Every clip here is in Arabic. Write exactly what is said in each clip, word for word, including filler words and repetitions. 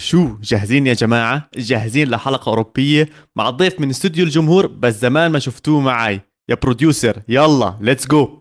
شو جاهزين يا جماعة؟ جاهزين لحلقة أوروبية مع ضيف من استوديو الجمهور، بس زمان ما شفتوه معي. يا بروديوسر يلا ليتس جو.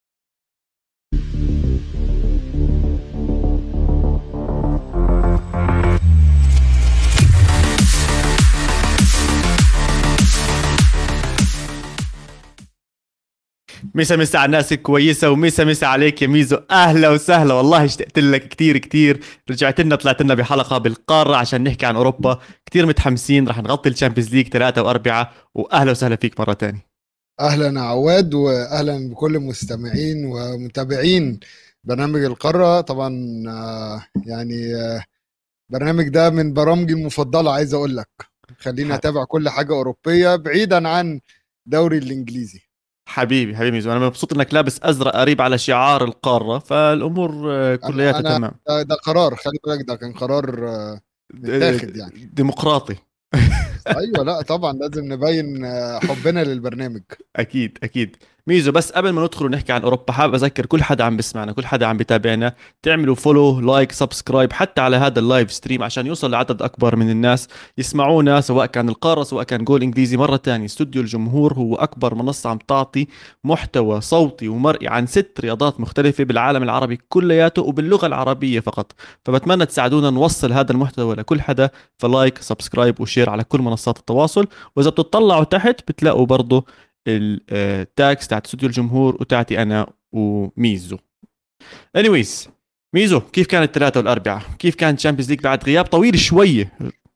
مسا مسا على الناس الكويسة، ومسا مسا عليك يا ميزو. أهلا وسهلا، والله اشتقت لك كتير كتير. رجعت لنا طلعت لنا بحلقة بالقارة عشان نحكي عن أوروبا. كتير متحمسين، رح نغطي الشامبيونز ليج ثلاثة وأربعة، وأهلا وسهلا فيك مرة تانية. اهلا عواد، واهلا بكل مستمعين ومتابعين برنامج القارة طبعا. آه، يعني آه، برنامج ده من برامجي المفضلة. عايز اقول لك خليني ح- اتابع كل حاجة اوروبية بعيدا عن دوري الانجليزي. حبيبي حبيبي ميزو، أنا مبسوط إنك لابس أزرق قريب على شعار القارة، فالأمور آه، انا كلياتها انا تمام. ده, ده قرار، خلي بالك، ده كان قرار آه، د- متاخد يعني. ديمقراطي. ايوه، لا طبعا لازم نبين آه، حبنا للبرنامج. اكيد اكيد. ميزو، بس قبل ما ندخل ونحكي عن اوروبا، حابب اذكر كل حدا عم بسمعنا، كل حدا عم بتابعنا، تعملوا فولو لايك سبسكرايب حتى على هذا اللايف ستريم عشان يوصل لعدد اكبر من الناس يسمعونا، سواء كان القاره سواء كان جول انجليزي. مره تانية، استوديو الجمهور هو اكبر منصه عم تعطي محتوى صوتي ومرئي عن ست رياضات مختلفه بالعالم العربي كلياته وباللغه العربيه فقط. فبتمنى تساعدونا نوصل هذا المحتوى لكل حدا، فلايك سبسكرايب وشير على كل منصات التواصل. واذا بتطلعوا تحت بتلاقوا برضه التاكس تاعت استوديو الجمهور وتاعتي انا وميزو. انيويز، ميزو، كيف كانت الثلاثة والأربعة؟ كيف كان تشامبيونز ليج بعد غياب طويل شوية؟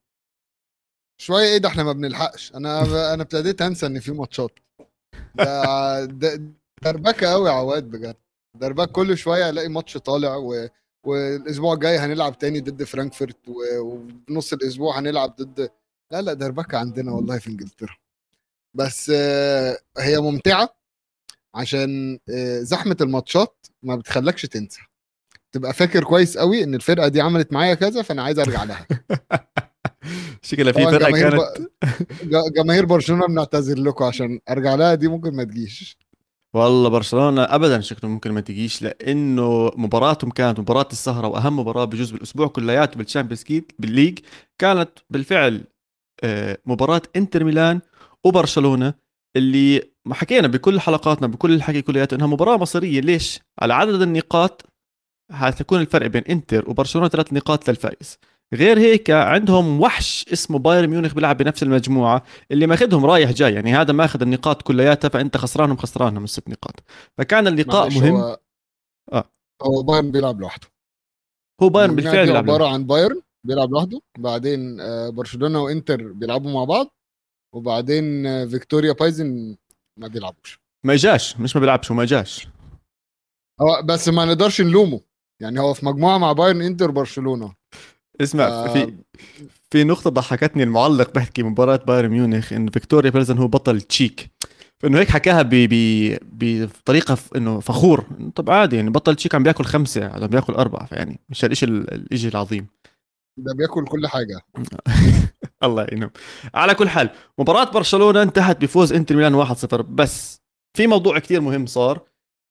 شوية ايه ده، احنا ما بنلحقش. انا انا ابتديت انسى ان في ماتشات. ده ده دربكه قوي يا عواد، بجد دربك. كل شويه الاقي ماتش طالع و... والاسبوع الجاي هنلعب تاني ضد فرانكفورت و... ونص الاسبوع هنلعب ضد. لا لا، دربكه عندنا والله في انجلترا. بس آه، هي ممتعه عشان آه، زحمه الماتشات ما بتخلكش تنسى. تبقى فاكر كويس قوي ان الفرقه دي عملت معايا كذا، فانا عايز ارجع لها. شكلها في طبعا فرقة جماهير ب... كانت. ج- جماهير برشلونه بنعتذر لكم، عشان ارجع لها دي ممكن ما تجيش. والله برشلونة أبدا شكله ممكن ما تجيش، لأنه مباراتهم كانت مباراة السهرة وأهم مباراة بجوز بالأسبوع كلياته بالشامبيونز ليج بالليج. كانت بالفعل آه، مباراة انتر ميلان وبرشلونة، اللي ما حكينا بكل حلقاتنا بكل الحكي كلياته انها مباراة مصيرية. ليش؟ على عدد النقاط حتكون الفرق بين انتر وبرشلونة ثلاث نقاط للفائز. غير هيك عندهم وحش اسمه بايرن ميونخ بيلعب بنفس المجموعة، اللي ماخذهم رايح جاي، يعني هذا ماخذ النقاط كلياتها، فانت خسرانهم خسرانهم الست نقاط. فكان اللقاء معلش، مهم. هو اه، هو بايرن بيلعب لوحده. هو بايرن المجموعة بالفعل دي بيلعب له. عبارة عن بايرن بيلعب لوحده، بعدين آه، برشلونة وانتر بيلعبوا مع بعض، وبعدين آه، فيكتوريا بايزن ما بيلعبوش. ما جاش، مش ما بيلعبش، وما جاش. هو بس ما نقدرش نلومه، يعني هو في مجموعة مع بايرن انتر برشلونة. ف اسمع، في في نقطة ضحكتني. المعلق بحكي مباراة بايرن ميونخ إن فيكتوريا بيرزن هو بطل تشيك، فإنه هيك حكاها ب ب بطريقة ف... إنه فخور. طب عادي يعني، بطل تشيك عم بياكل خمسة، عم بياكل أربعة، فيعني مش هالإشي ال- الإشي العظيم. ده بياكل كل حاجة. الله يعينهم. على كل حال، مباراة برشلونة انتهت بفوز انتر ميلان واحد صفر. بس في موضوع كتير مهم صار.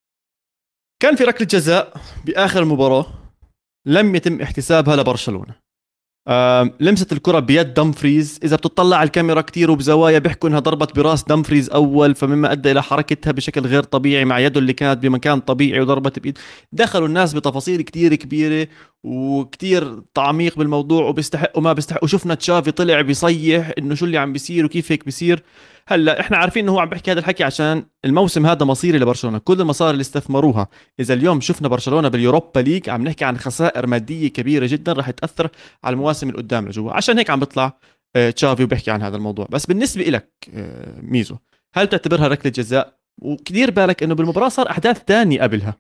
كان في ركلة جزاء بآخر المباراة لم يتم احتسابها لبرشلونة. آم، لمست الكرة بيد دمفريز. إذا بتطلع على الكاميرا كتير وبزوايا بيحكوا إنها ضربت براس دمفريز أول، فمما أدى إلى حركتها بشكل غير طبيعي مع يده اللي كانت بمكان طبيعي، وضربت بإيد. دخلوا الناس بتفاصيل كتير كبيرة وكتير تعميق بالموضوع، وبيستحق وما بيستحق. وشفنا تشافي طلع بيصيح إنه شو اللي عم بيصير وكيف هيك بيصير. هلا احنا عارفين انه هو عم بيحكي هذا الحكي عشان الموسم هذا مصيري لبرشلونة، كل المصاري اللي استثمروها. اذا اليوم شفنا برشلونة باليوروبا ليج عم نحكي عن خسائر مادية كبيرة جدا رح تأثر على المواسم اللي قدام لجوا. عشان هيك عم بيطلع آه، تشافي وبيحكي عن هذا الموضوع. بس بالنسبة لك آه، ميزو، هل تعتبرها ركلة جزاء؟ وكثير بالك انه بالمباراة صار احداث تانية قبلها.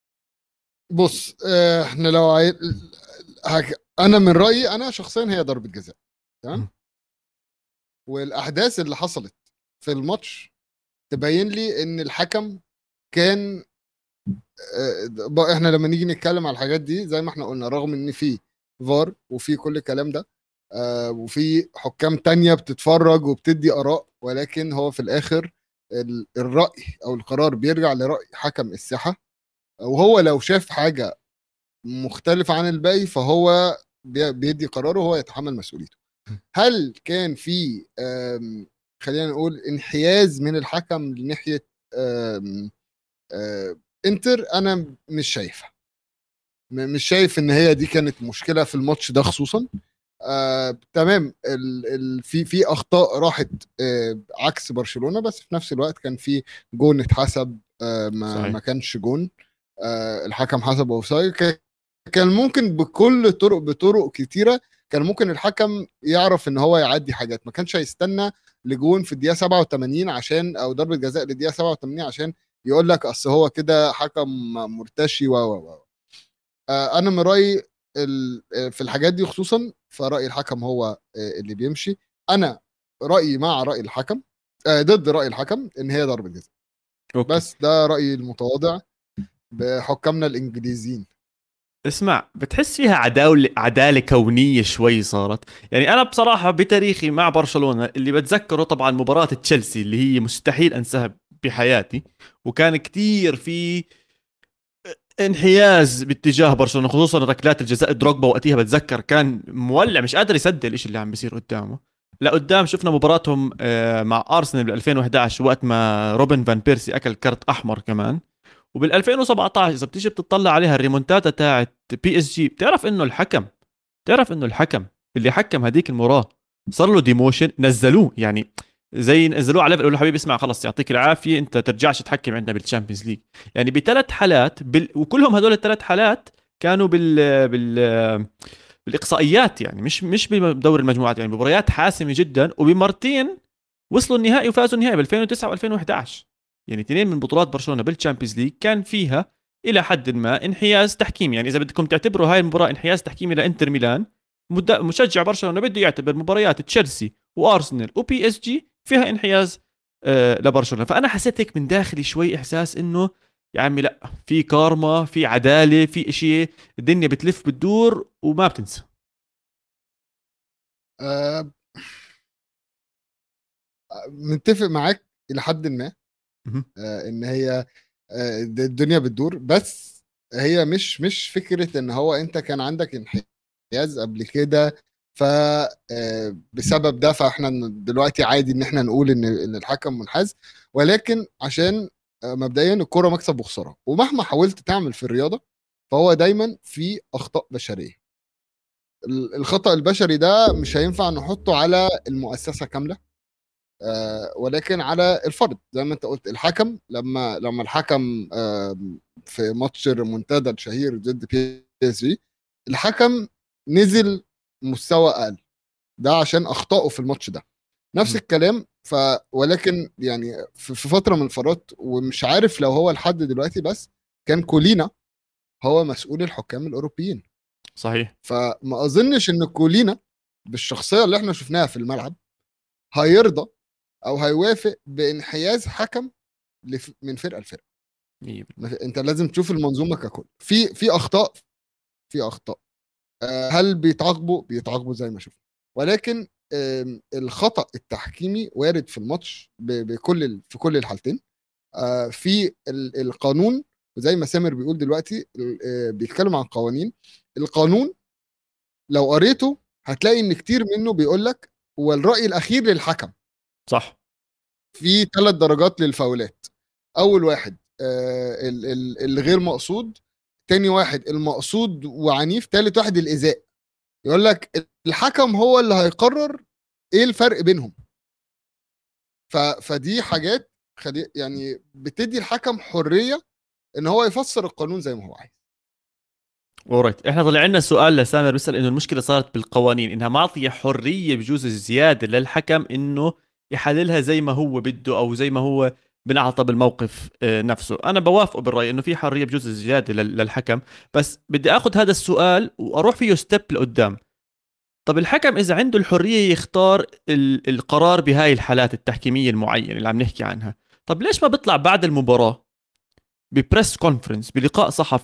بص، آه، احنا لو عاي... هك... انا من رأيي انا شخصيا هي ضربة جزاء. تمام. والاحداث اللي حصلت في الماتش تبين لي ان الحكم كان آه، بقى احنا لما نيجي نتكلم على الحاجات دي زي ما احنا قلنا، رغم ان في فار وفي كل الكلام ده آه، وفي حكام تانية بتتفرج وبتدي آراء، ولكن هو في الآخر ال- الرأي أو القرار بيرجع لرأي حكم الساحة. وهو لو شاف حاجة مختلفة عن الباقي فهو بي- بيدي قراره وهو يتحمل مسؤوليته. هل كان في آم، خلينا نقول انحياز من الحكم لناحيه آم، آم، انتر؟ انا مش شايفها، م- مش شايف ان هي دي كانت مشكله في الماتش ده خصوصا. آه، تمام، ال ال في في اخطاء راحت آه عكس برشلونه، بس في نفس الوقت كان في جون اتحسب آه ما صحيح. ما كانش جون. آه الحكم حسب اوفسايد. ك- كان ممكن بكل طرق بطرق كتيره كان ممكن الحكم يعرف ان هو يعدي حاجات، ما كانش هيستنى لجون في الدقيقه سبعة وثمانين عشان، او ضربه جزاء للدقيقه سبعة وثمانين عشان يقول لك اصل هو كده حكم مرتشي و و و آه، انا من رايي ال- آه، في الحاجات دي خصوصا، فراي الحكم هو آه، اللي بيمشي. انا رايي مع راي الحكم، آه، ضد راي الحكم ان هي ضربه جزاء. اوكي. بس ده رايي المتواضع بحكامنا الانجليزيين. اسمع، بتحس فيها عداولة عدالة كونية شوي صارت؟ يعني أنا بصراحة بتاريخي مع برشلونة اللي بتذكره طبعا مباراة تشيلسي اللي هي مستحيل أنساها بحياتي، وكان كتير في انحياز باتجاه برشلونة، خصوصا ركلات الجزاء. دروغبا وقتها بتذكر كان مولع، مش قادر يصدق الاشي اللي عم بيصير قدامه. لقدام شفنا مباراتهم آه، مع أرسنال بال ألفين وإحدى عشر وقت ما روبن فان بيرسي أكل كرت أحمر كمان. وبال ألفين وسبعطعش اذا بتيجي بتطلع عليها الريمونتادا تاعت بي اس جي، بتعرف انه الحكم بتعرف انه الحكم اللي حكم هذيك المباراه صار له ديموشن، نزلوه يعني. زي نزلوه على ليفل، قالوا له حبيبي اسمع خلص يعطيك العافيه، انت ترجعش تحكم عندنا بالتشامبيونز ليج. يعني بثلاث حالات بال... وكلهم هدول الثلاث حالات كانوا بال بال بالاقصائيات، يعني مش مش بدور المجموعات، يعني مباريات حاسمه جدا. وبمرتين وصلوا النهائي وفازوا النهائي ب ألفين وتسعة و2011. يعني اثنين من بطولات برشلونه بالتشامبيونز ليج كان فيها الى حد ما انحياز تحكيمي. يعني اذا بدكم تعتبروا هاي المباراه انحياز تحكيمي لانتر ميلان، مد- مشجع برشلونه بده يعتبر مباريات تشيلسي وارسنال وبي اس جي فيها انحياز آه لبرشلونه. فانا حسيت هيك من داخلي شوي احساس انه يا عمي لا، في كارما، في عداله، في اشي، الدنيا بتلف بتدور وما بتنسى. آه، متفق معاك الى حد ما مهم. آه، ان هي آه، الدنيا بتدور، بس هي مش مش فكره ان هو انت كان عندك انحياز قبل كده ف آه، بسبب ده فاحنا دلوقتي عادي ان احنا نقول ان ان الحكم منحاز. ولكن عشان آه، مبدئيا الكرة مكسب وخسارة، ومهما حاولت تعمل في الرياضة فهو دايما في اخطاء بشرية. ال- الخطأ البشري ده مش هينفع نحطه على المؤسسة كاملة، آه، ولكن على الفرد زي ما انت قلت. الحكم لما لما الحكم آه، في ماتش المنتدى الشهير ضد بي اس جي، الحكم نزل مستوى اقل، ده عشان اخطائه في الماتش ده. نفس مهم. الكلام ف ولكن يعني في في فتره من الفترات، ومش عارف لو هو لحد دلوقتي، بس كان كولينا هو مسؤول الحكام الاوروبيين. صحيح. فما اظنش ان كولينا بالشخصيه اللي احنا شفناها في الملعب هيرضى او هيوافق بانحياز حكم لف... من فرقه لفرقه. مية بالمية. ما- انت لازم تشوف المنظومه ككل. في في اخطاء، في اخطاء آه، هل بيتعاقبوا؟ بيتعاقبوا زي ما شفنا. ولكن آم، الخطأ التحكيمي وارد في الماتش ب- بكل ال- في كل الحالتين. آه، في ال- القانون، وزي ما سامر بيقول دلوقتي ال- آه، بيتكلم عن قوانين. القانون لو قريته هتلاقي ان كتير منه بيقول لك والرأي الاخير للحكم. صح. في ثلاث درجات للفاولات. اول واحد آه، ال- ال- الغير مقصود، تاني واحد المقصود وعنيف، تالت واحد الايذاء. يقول لك الحكم هو اللي هيقرر ايه الفرق بينهم. ف... فدي حاجات خدي يعني بتدي الحكم حرية ان هو يفسر القانون زي ما هو عايز. اورايت، احنا طلع لنا سؤال لسامر بيسأل انه المشكله صارت بالقوانين، انها معطيه حريه بجوز زياده للحكم انه يحللها زي ما هو بده او زي ما هو بنعطى بالموقف آه، نفسه. انا بوافقه بالراي انه في حريه بجوز زياده لل- للحكم، بس بدي اخذ هذا السؤال واروح فيه ستيب لقدام. طب الحكم اذا عنده الحريه يختار ال- القرار بهاي الحالات التحكيميه المعينه اللي عم نحكي عنها، طب ليش ما بيطلع بعد المباراه ببريس كونفرنس بلقاء صحفي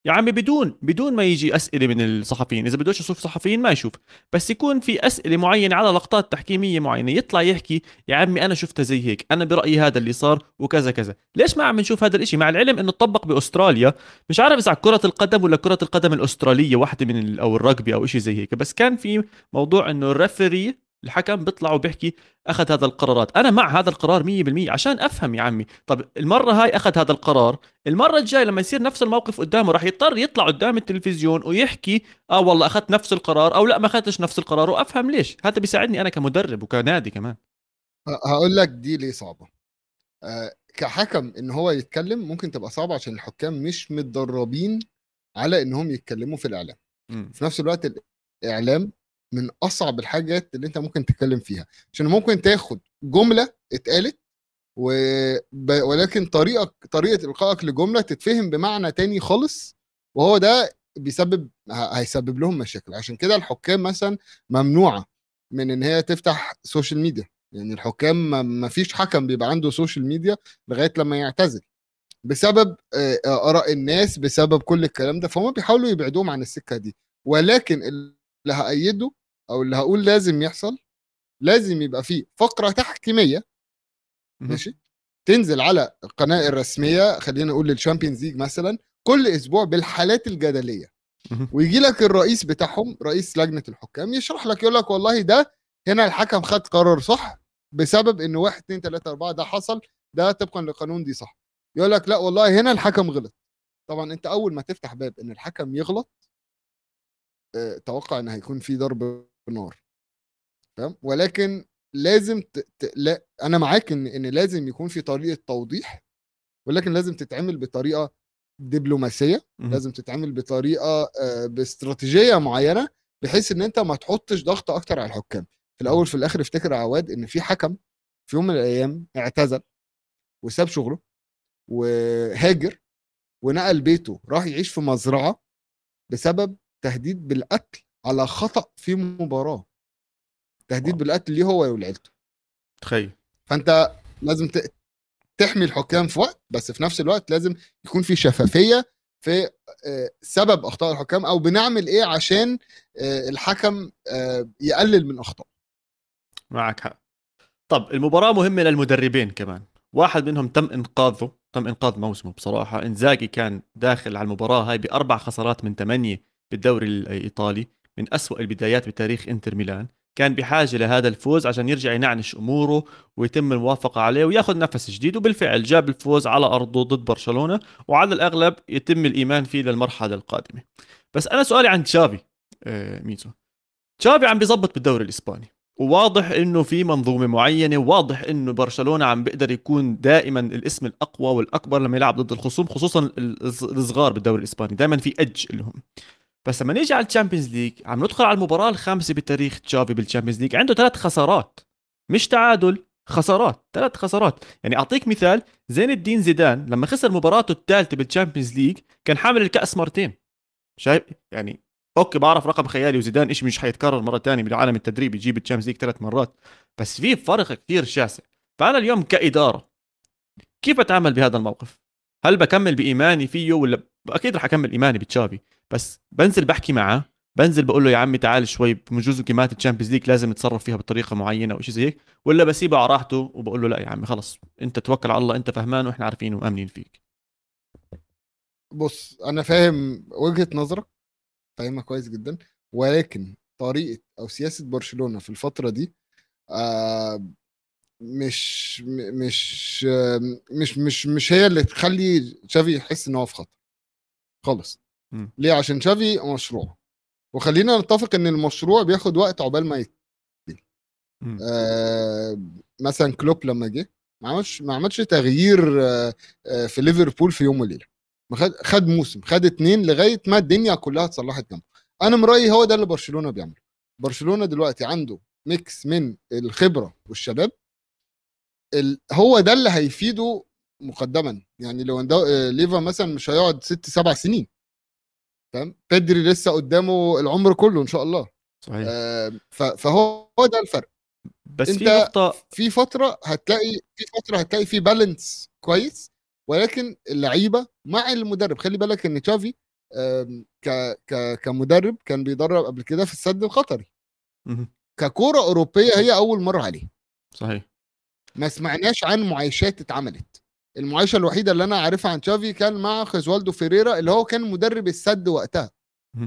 يا عمي بدون بدون ما يجي اسئله من الصحفيين، اذا بدوش يشوف صحفيين ما يشوف، بس يكون في اسئله معينه على لقطات تحكيميه معينه يطلع يحكي يا عمي انا شفتها زي هيك، انا برايي هذا اللي صار وكذا كذا. ليش ما عم نشوف هذا الاشي؟ مع العلم انه طبق باستراليا، مش عارف اذا على كره القدم ولا كره القدم الاستراليه واحده من ال- او الرجبي او اشي زي هيك، بس كان في موضوع انه الرفري الحكم بيطلع وبيحكي اخذ هذا القرارات، انا مع هذا القرار مية بالمية عشان افهم يا عمي. طب المره هاي اخذ هذا القرار، المره الجايه لما يصير نفس الموقف قدامه راح يضطر يطلع قدام التلفزيون ويحكي اه والله اخذت نفس القرار او لا ما اخذتش نفس القرار، وافهم ليش. هذا بيساعدني انا كمدرب وكنادي كمان. ه- هقول لك دي ليه صعبه. آه، كحكم ان هو يتكلم ممكن تبقى صعبه عشان الحكام مش متدربين على انهم يتكلموا في الاعلام. امم. في نفس الوقت الاعلام من اصعب الحاجات اللي انت ممكن تتكلم فيها، عشان ممكن تاخد جمله اتقالت و... ب... ولكن طريقك طريقه القائك لجمله تتفهم بمعنى تاني خالص، وهو ده بيسبب ه... هيسبب لهم مشاكل. عشان كده الحكام مثلا ممنوعه من ان هي تفتح سوشيال ميديا. يعني الحكام ما ما فيش حكم بيبقى عنده سوشيال ميديا لغايه لما يعتزل، بسبب آه، آه، اراء الناس، بسبب كل الكلام ده. فهم بيحاولوا يبعدوهم عن السكه دي. ولكن اللي هأيده او اللي هقول لازم يحصل، لازم يبقى فيه فقره تحكيميه مهم. ماشي تنزل على القناه الرسميه، خلينا نقول للشامبيونز ليج مثلا، كل اسبوع بالحالات الجدليه. مهم. ويجي لك الرئيس بتاعهم، رئيس لجنه الحكام، يشرح لك يقول لك والله ده هنا الحكم خد قرار صح بسبب انه واحد اتنين تلاته اربعه ده حصل، ده طبقا للقانون دي صح. يقول لك لا والله هنا الحكم غلط. طبعا انت اول ما تفتح باب ان الحكم يغلط، اه توقع ان هيكون في ضرب نار. فاهم؟ ولكن لازم ت... ت... لا انا معاك ان ان لازم يكون في طريقه توضيح، ولكن لازم تتعمل بطريقه دبلوماسيه، مهم. لازم تتعمل بطريقه آه، باستراتيجيه معينه، بحيث ان انت ما تحطش ضغط اكتر على الحكام. في الاول في الاخر افتكر يا عواد ان في حكم في يوم من الايام اعتزل وساب شغله وهاجر ونقل بيته، راح يعيش في مزرعه بسبب تهديد بالقتل على خطأ في مباراه، تهديد واو. بالقتل ليه هو ولعيلته. تخيل. فانت لازم ت- تحمي الحكام في وقت، بس في نفس الوقت لازم يكون في شفافية في آه، سبب أخطاء الحكام، أو بنعمل إيه عشان آه، الحكم آه، يقلل من أخطاء. معك حق. طب المباراة مهمة للمدربين كمان، واحد منهم تم انقاذه، تم انقاذ موسمه بصراحة. انزاجي كان داخل على المباراة هاي بأربع خسارات من ثمانية بالدوري الإيطالي، من أسوأ البدايات بتاريخ انتر ميلان. كان بحاجة لهذا الفوز عشان يرجع ينعنش أموره ويتم الموافقة عليه وياخذ نفس جديد، وبالفعل جاب الفوز على أرضه ضد برشلونة، وعلى الأغلب يتم الإيمان فيه للمرحلة القادمة. بس أنا سؤالي عن تشافي. آه ميزو، تشافي عم بيزبط بالدوري الإسباني، وواضح انه في منظومه معينه، وواضح انه برشلونه عم بيقدر يكون دائما الاسم الاقوى والاكبر لما يلعب ضد الخصوم، خصوصا ال- الصغار بالدوري الاسباني دائما في اج لهم. بس لما نيجي على الشامبيونز ليج، عم ندخل على المباراه الخامسه بتاريخ تشافي بالشامبيونز ليج، عنده ثلاث خسارات، مش تعادل، خسارات، ثلاث خسارات. يعني اعطيك مثال، زين الدين زيدان لما خسر مباراته الثالثه بالشامبيونز ليج كان حامل الكاس مرتين. شايف يعني؟ اوكي بعرف رقم خيالي وزيدان إشي مش حيتكرر مره تانية بالعالم التدريب يجيب الشامبيونز ليج ثلاث مرات، بس في فرق كثير شاسع. فانا اليوم كاداره كيف اتعامل بهذا الموقف؟ هل بكمل بايماني فيه ولا اكيد رح اكمل ايماني بتشافي، بس بنزل بحكي معه، بنزل بقول له يا عمي تعال شوي بجوز جيمات الشامبيونز ليج لازم نتصرف فيها بطريقه معينه او شيء زي هيك، ولا بسيبه على راحته وبقول له لا يا عمي خلص انت توكل على الله، انت فهمان واحنا عارفين ومامنين فيك. بص أنا فاهم وجهة نظرك، فاهمها كويس جدا، ولكن طريقة أو سياسة برشلونة في الفترة دي آه، مش م- مش آه، مش مش مش هي اللي تخلي تشافي يحس ان هو في خطر خالص. م- ليه؟ عشان تشافي مشروع، وخلينا نتفق ان المشروع بياخد وقت عقبال ما يت... م- آه مثلا كلوب لما جه ما عملش ما عملش تغيير آه آه في ليفربول في يوم وليله. ما خد خد موسم، خد اتنين لغايه ما الدنيا كلها اتصلحت جنبه. انا من رايي هو ده اللي برشلونه بيعمله. برشلونه دلوقتي عنده ميكس من الخبره والشباب، ال... هو ده اللي هيفيده مقدما. يعني لو آه ليفا مثلا مش هيقعد ست سبع سنين، فاهم؟ بيدري لسه قدامه العمر كله ان شاء الله. صحيح. آه ف... فهو ده الفرق. بس في انت نقطه. في فتره هتلاقي في فتره هتلاقي في بالانس كويس، ولكن اللعيبه مع المدرب. خلي بالك ان تشافي ك ك كمدرب كان بيدرب قبل كده في السد القطري. مهم. ككوره اوروبيه هي اول مره عليه. صحيح. ما سمعناش عن معايشات اتعملت. المعايشه الوحيده اللي انا عارفها عن تشافي كان مع خوزوالدو فيريرا اللي هو كان مدرب السد وقتها. مهم.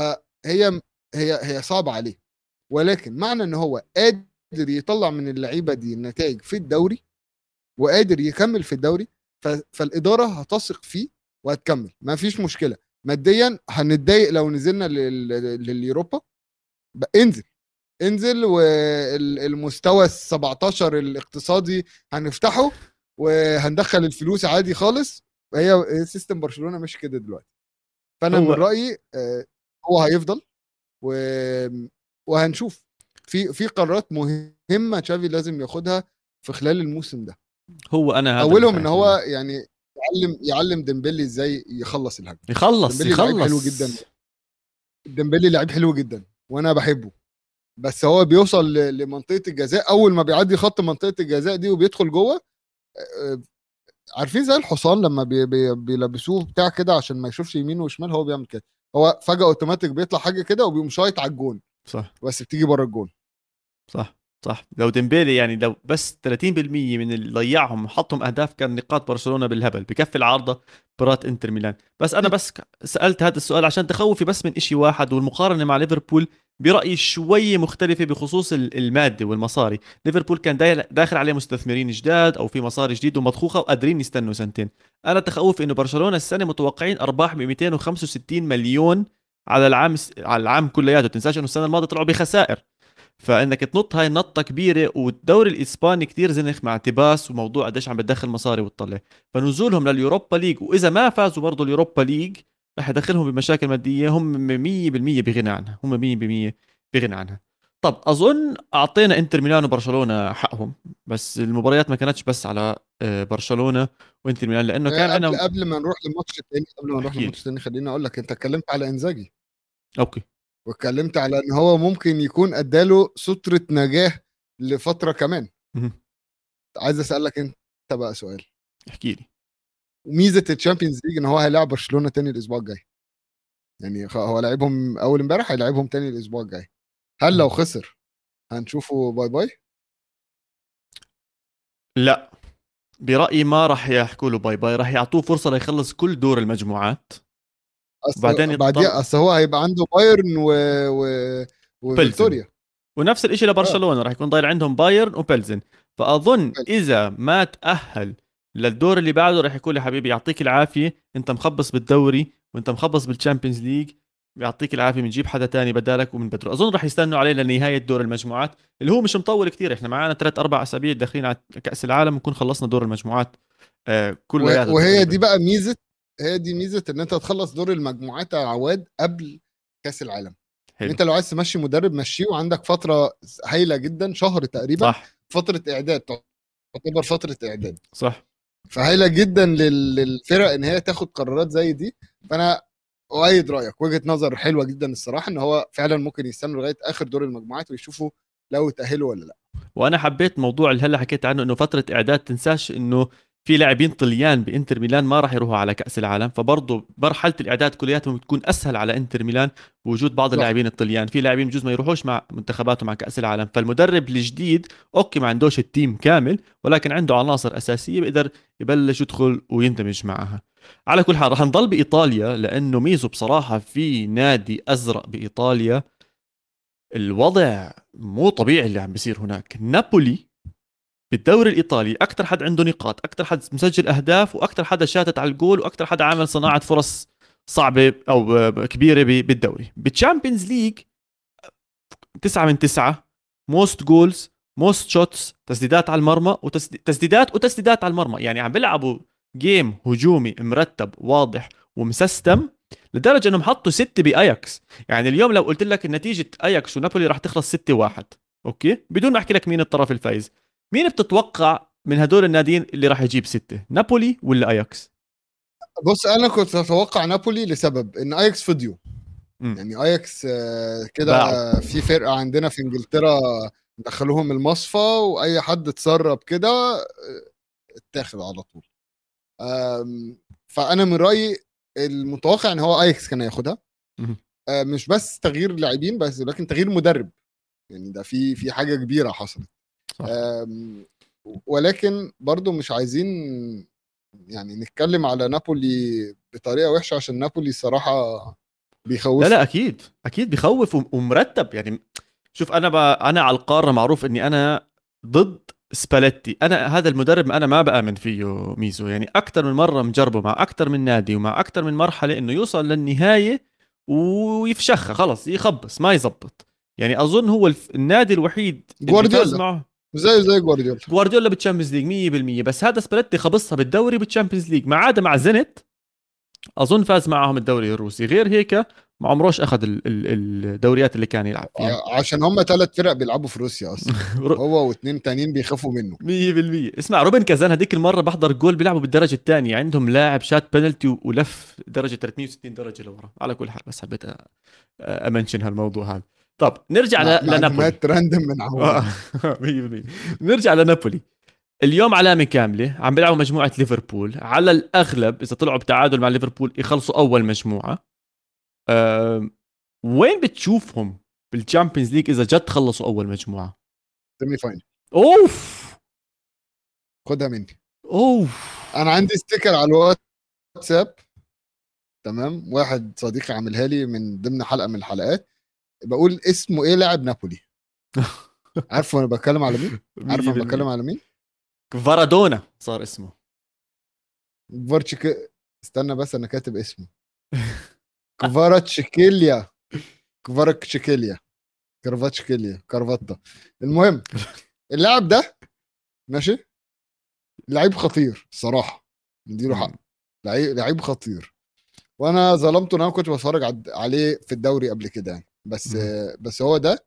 فهي هي هي صعبه عليه، ولكن معنى ان هو قادر يطلع من اللعيبه دي النتائج في الدوري وقادر يكمل في الدوري، ف- فالاداره هتثق فيه وهتكمل. ما فيش مشكله ماديا، هنتضايق لو نزلنا لل- لليوروبا. بقى انزل انزل، والمستوى ال سبعتاشر الاقتصادي هنفتحه وهندخل الفلوس عادي خالص. هي سيستم برشلونه مش كده دلوقتي. فانا من هو رايي آه، هو هيفضل و... وهنشوف في في قرارات مهمه تشافي لازم ياخدها في خلال الموسم ده. هو انا هذا اللي اولهم ان خايف هو منه. يعني يعلم يعلم ديمبلي ازاي يخلص الهجمه. يخلص ديمبلي لعيب حلو يخلص. جدا. ديمبلي لعيب حلو جدا وانا بحبه، بس هو بيوصل ل- لمنطقه الجزاء. اول ما بيعدي خط منطقه الجزاء دي وبيدخل جوه، آه، عارفين زي الحصان لما بي بي بيلبسوه بتاع كده عشان ما يشوفش يمين وشمال، هو بيعمل كده. هو فجاه اوتوماتيك بيطلع حاجه كده وبيقوم شايط على الجون، صح بس بتيجي بره الجون. صح صح. لو ديمبيلي يعني لو بس ثلاثين بالمية من اللي ضيعهم حطهم اهداف كان نقاط برشلونة بالهبل، بكفي العارضة مباراة انتر ميلان. بس انا بس ك- سألت هذا السؤال عشان تخوفي بس من اشي واحد، والمقارنة مع ليفربول برأيي شوي مختلفة بخصوص ال- المادة والمصاري. ليفربول كان دايل- داخل عليه مستثمرين جداد او في مصاري جديد ومضخوخة وقادرين يستنوا سنتين. انا تخوفي انه برشلونة السنة متوقعين ارباح ب مئتين وخمسة وستين مليون على العام على العام كلياته. تنساش انه السنة الماضية طلعوا بخسائر، فانك تنط هاي نطه كبيره. والدوري الاسباني كتير زنخ مع تباس وموضوع قديش عم بتدخل مصاري وتطلع. فنزولهم لليوروبا ليج، واذا ما فازوا برضه اليوروبا ليج رح يدخلهم بمشاكل ماديه هم مية بالمية بغنى عنها، هم مية بالمية بغنى عنها. طب اظن اعطينا انتر ميلان وبرشلونه حقهم، بس المباريات ما كانتش بس على آه، برشلونه وانتر ميلان، لانه كان آه، قبل عندنا. قبل ما نروح للماتش التاني قبل ما نروح احكي لي. للماتش التاني خليني اقول لك، انت اتكلمت على انزاجي اوكي. واتكلمت على ان هو ممكن يكون اداله سترة نجاة لفترة كمان. مهم. عايز اسالك انت بقى سؤال. احكي لي. وميزه الشامبيونز ليج ان هو هيلاعب برشلونه تاني الاسبوع الجاي. يعني خ- هو لعبهم اول امبارح، هيلاعبهم تاني الاسبوع الجاي. هل لو مهم. خسر هنشوفه باي باي؟ لا، برأيي ما راح يحكوا له باي باي، راح يعطوه فرصة ليخلص كل دور المجموعات وبعدين اصل يضطر. بعديها اصل هو هيبقى عنده بايرن و... و... وبلزن. وفيكتوريا. ونفس الاشي اه لبرشلونة، راح يكون ضايل عندهم بايرن وبلزن. فأظن إذا ما تأهل للدور اللي بعده راح يقول يا حبيبي يعطيك العافية، أنت مخبص بالدوري وأنت مخبص بالشامبيونز ليج، يعطيك العافية بنجيب حدا تاني بدالك ومن بدره. أظن راح يستنوا عليه لنهاية دور المجموعات اللي هو مش مطول كتير. إحنا معانا ثلاث أربع أسابيع داخلين على كأس العالم نكون خلصنا دور المجموعات آه و... كلياته وهي دي تقريبا. بقى ميزه. هي دي ميزه ان انت تخلص دور المجموعات يا عواد قبل كاس العالم. ان حلو. انت لو عايز تمشي مدرب مشيه، وعندك فتره هايله جدا، شهر تقريبا. صح فتره اعداد، تعتبر فتره اعداد صح. فهايله جدا لل- للفرق ان هي تاخد قرارات زي دي. فانا اؤيد رايك، وجهه نظر حلوه جدا الصراحه، ان هو فعلا ممكن يستنوا لغايه اخر دور المجموعات ويشوفوا لو تاهلوا ولا لا. وانا حبيت موضوع اللي هلا حكيت عنه انه فتره اعداد. تنساش انه في لاعبين طليان بانتر ميلان ما راح يروحوا على كاس العالم، فبرضه مرحله الاعداد كلياتهم بتكون اسهل على انتر ميلان بوجود بعض صح. اللاعبين الطليان. في لاعبين بجوز ما يروحوش مع منتخباتهم مع كاس العالم، فالمدرب الجديد اوكي ما عندوش التيم كامل ولكن عنده عناصر اساسيه بيقدر يبلش يدخل ويندمج معها. على كل حال راح نضل بايطاليا، لانه ميزو بصراحه في نادي ازرق بايطاليا الوضع مو طبيعي اللي عم بيصير هناك. نابولي بالدوري الايطالي اكثر حد عنده نقاط، اكثر حد مسجل اهداف، واكثر حدا شاتت على الجول، واكثر حدا عامل صناعه فرص صعبه او كبيره بالدوري. بالتشامبيونز ليج تسعة من تسعة، موست جولز، موست شوتس، تسديدات على المرمى وتسديدات وتسديدات على المرمى. يعني عم بيلعبوا جيم هجومي مرتب واضح ومسستم، لدرجه انهم حطوا ستة باياكس. يعني اليوم لو قلت لك نتيجه اياكس ونابولي راح تخلص ستة واحد، اوكي، بدون ما احكي لك مين الطرف الفايز، مين بتتوقع من هدول الناديين اللي راح يجيب ستة، نابولي ولا اياكس؟ بص انا كنت اتوقع نابولي لسبب ان اياكس فيديو. امم يعني اياكس آه، كده باعوا. في فرقه عندنا في انجلترا دخلوهم المصفى، واي حد اتسرب كده آه، اتاخد على طول. آم، فانا من رايي المتوقع ان هو اياكس كان ياخدها. مهم. آه، مش بس تغيير لاعبين بس، لكن تغيير مدرب. يعني ده في في حاجه كبيره حصلت. صح. آم، ولكن برضو مش عايزين يعني نتكلم على نابولي بطريقه وحشه، عشان نابولي الصراحه بيخوف. لا لا اكيد اكيد بخوف وم- ومرتب يعني. شوف انا ب... انا على القاره معروف اني انا ضد سباليتي. انا هذا المدرب انا ما بامن فيه ميزو، يعني اكثر من مره مجربه مع اكثر من نادي ومع اكثر من مرحله انه يوصل للنهايه ويفشخها خلص يخبص ما يزبط. يعني اظن هو الف... النادي الوحيد اللي فاز جوارديولا معه زي زي جوارديولا. جوارديولا بالتشامبيونز ليج مية بالمية، بس هذا سباليتي خبصها بالدوري بالتشامبيونز ليج ما عدا مع زنت اظن فاز معهم الدوري الروسي، غير هيك ما عمروش اخذ ال- ال- الدوريات اللي كان يلعب فيها. ع- عشان هم ثلاث فرق بيلعبوا في روسيا اصلا، هو واثنين تانيين بيخافوا منه. مية بالمية. اسمع روبن كازان هذيك المره بحضر جول بيلعبوا بالدرجه الثانيه، عندهم لاعب شات بنالتي و- ولف درجه ثلاثمية وستين درجه لورا. على كل حال بس حبيت أ- امنشن هالموضوع هذا. طب نرجع مع- ل- لنابولي. معلومات راندم من آه، عمود. مية بالمية. نرجع لنابولي. اليوم علامه كامله عم بيلعبوا مجموعه ليفربول، على الاغلب اذا طلعوا بتعادل مع ليفربول يخلصوا اول مجموعه. أم، وين بتشوفهم بالتشامبيونز ليج اذا جد خلصوا اول مجموعه؟ سيمي فاينل. اوف خدها مني. اوف. انا عندي ستيكر على الواتساب، تمام، واحد صديقي عاملها لي من ضمن حلقه من الحلقات، بقول اسمه ايه لاعب نابولي. عارف انا بتكلم على مين؟ عارف انا بتكلم مية بالمية. على مين؟ فارادونا صار اسمه. كفارتشك. استنى بس انا كاتب اسمه. كفاراتشكيليا. كفاراتشكيليا. كرفاتشكيليا كرفاتا. المهم اللاعب ده ماشي، لعيب خطير الصراحه، نديله حق. لعيب لعيب خطير، وانا ظلمته ان انا كنت بتفرج عد- عليه في الدوري قبل كده يعني. بس مم. بس هو ده.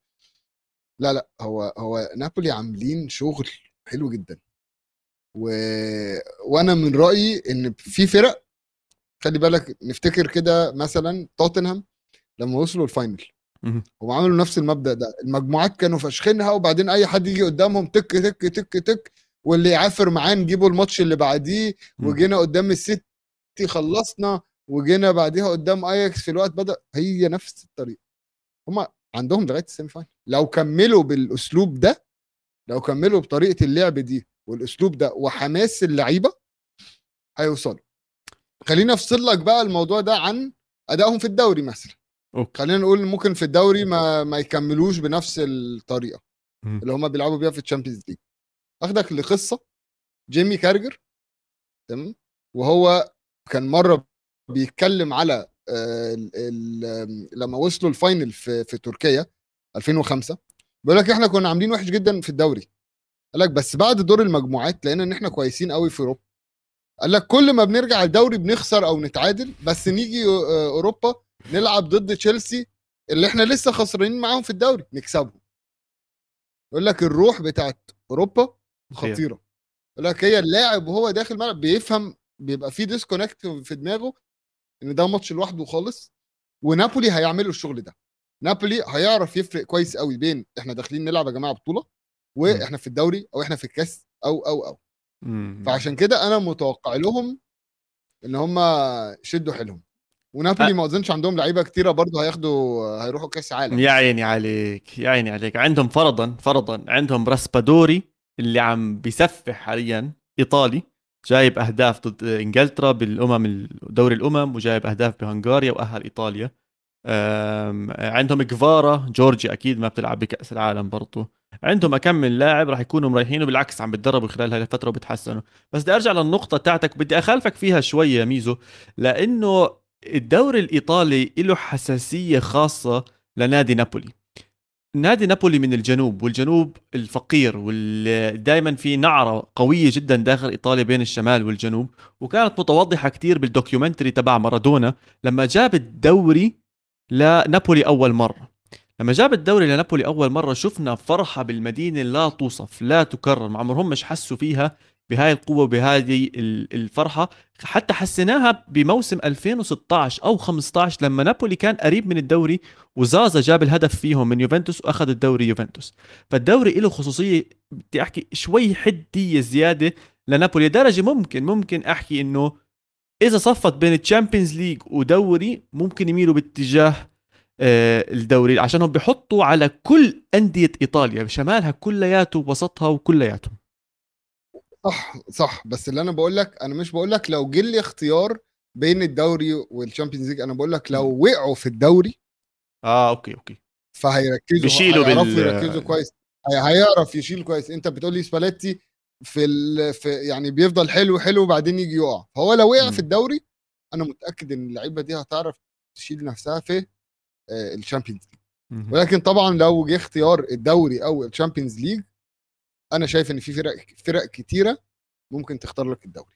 لا لا هو هو نابولي عاملين شغل حلو جدا. و... وانا من رايي ان في فرق، خلي بالك نفتكر كده مثلا توتنهام لما وصلوا الفاينل، مم. هم عملوا نفس المبدأ ده. المجموعات كانوا فاشخينها، وبعدين اي حد يجي قدامهم تك تك تك تك، واللي يعافر معاه نجيبوا الماتش اللي بعديه. مم. وجينا قدام السيتي خلصنا، وجينا بعديها قدام اياكس في الوقت بدأ، هي نفس الطريقه. هم عندهم لغايه السيمي فاينل لو كملوا بالاسلوب ده، لو كملوا بطريقه اللعب دي والاسلوب ده وحماس اللعيبه هيوصلوا. خلينا افصل لك بقى الموضوع ده عن ادائهم في الدوري مثلا. اوكي. خلينا نقول ممكن في الدوري ما ما يكملوش بنفس الطريقه مم. اللي هم بيلعبوا بيها في الشامبيونز ليج. اخدك لقصه جيمي كارجر، تمام، وهو كان مره بيتكلم على آه، ال ال لما وصلوا الفاينل في في تركيا ألفين وخمسة، بيقول لك احنا كنا عاملين وحش جدا في الدوري. قال لك بس بعد دور المجموعات لقينا ان احنا كويسين قوي في اوروبا. قال لك كل ما بنرجع الدوري بنخسر او نتعادل، بس نيجي آه، اوروبا نلعب ضد تشيلسي اللي احنا لسه خسرانين معاهم في الدوري نكسبهم. يقول لك الروح بتاعت اوروبا غير. خطيره. يقول لك هي اللاعب وهو داخل الملعب بيفهم، بيبقى في ديسكونكت في دماغه ان ده ماتش لوحده خالص. ونابولي هيعملوا الشغل ده. نابولي هيعرف يفرق كويس قوي بين احنا داخلين نلعب يا جماعه بطوله، مم. واحنا في الدوري، او احنا في الكاس، او او او مم. فعشان كده انا متوقع لهم ان هم يشدوا حيلهم. ونابولي أ- ما اظنش عندهم لعيبه كتيره برضو هياخدوا هيروحوا كاس عالم يا يعني. عيني عليك يا عيني عليك. عندهم فرضا فرضا عندهم راسبادوري اللي عم بيسفح حاليا ايطالي، جايب اهداف ضد انجلترا بالامم دوري الامم، وجايب اهداف بهنغاريا واهل ايطاليا. أم، عندهم كفارا جورجيا اكيد ما بتلعب بكاس العالم برضو. عندهم كم من لاعب راح يكونوا مريحين وبالعكس عم بتدربوا خلال هاي الفتره وبتحسنوا. بس بدي ارجع للنقطه تاعتك، بدي اخالفك فيها شويه ميزو، لانه الدوري الايطالي له حساسيه خاصه لنادي نابولي. نادي نابولي من الجنوب، والجنوب الفقير، ودائما في نعرة قوية جدا داخل إيطاليا بين الشمال والجنوب. وكانت متوضحة كتير بالدوكيومنتري تبع مارادونا لما جاب الدوري لنابولي أول مرة. لما جاب الدوري لنابولي أول مرة شفنا فرحة بالمدينة لا توصف لا تكرر، ما عمرهم مش حسوا فيها بهاي القوة وبهذه ال- الفرحة. حتى حسيناها بموسم ألفين وستة عشر أو خمسة عشر لما نابولي كان قريب من الدوري وزازا جاب الهدف فيهم من يوفنتوس وأخذ الدوري يوفنتوس. فالدوري له خصوصية، بدي أحكي شوي حدية زيادة لنابولي، درجة ممكن ممكن أحكي إنه اذا صفت بين الشامبيونز ليج ودوري ممكن يميلوا باتجاه آه، الدوري، عشانهم بيحطوا على كل أندية إيطاليا بشمالها كلياته ووسطها وكلياتهم. صح صح، بس اللي انا بقول لك، انا مش بقول لك لو جه لي اختيار بين الدوري والشامبيونز ليج، انا بقول لك لو وقعوا في الدوري اه اوكي اوكي. فهيركزوا، بيشيلوا بال هيعرفوا يركزوا كويس، هي- هيعرف يشيل كويس. انت بتقول لي سباليتي في ال... في يعني بيفضل حلو حلو وبعدين يجي يقع، فهو لو وقع في مم. الدوري انا متاكد ان اللعيبه دي هتعرف تشيل نفسها في الشامبيونز ليج. مم. ولكن طبعا لو جه اختيار الدوري او الشامبيونز ليج، انا شايف ان في فرق فرق كتيره ممكن تختار لك الدوري.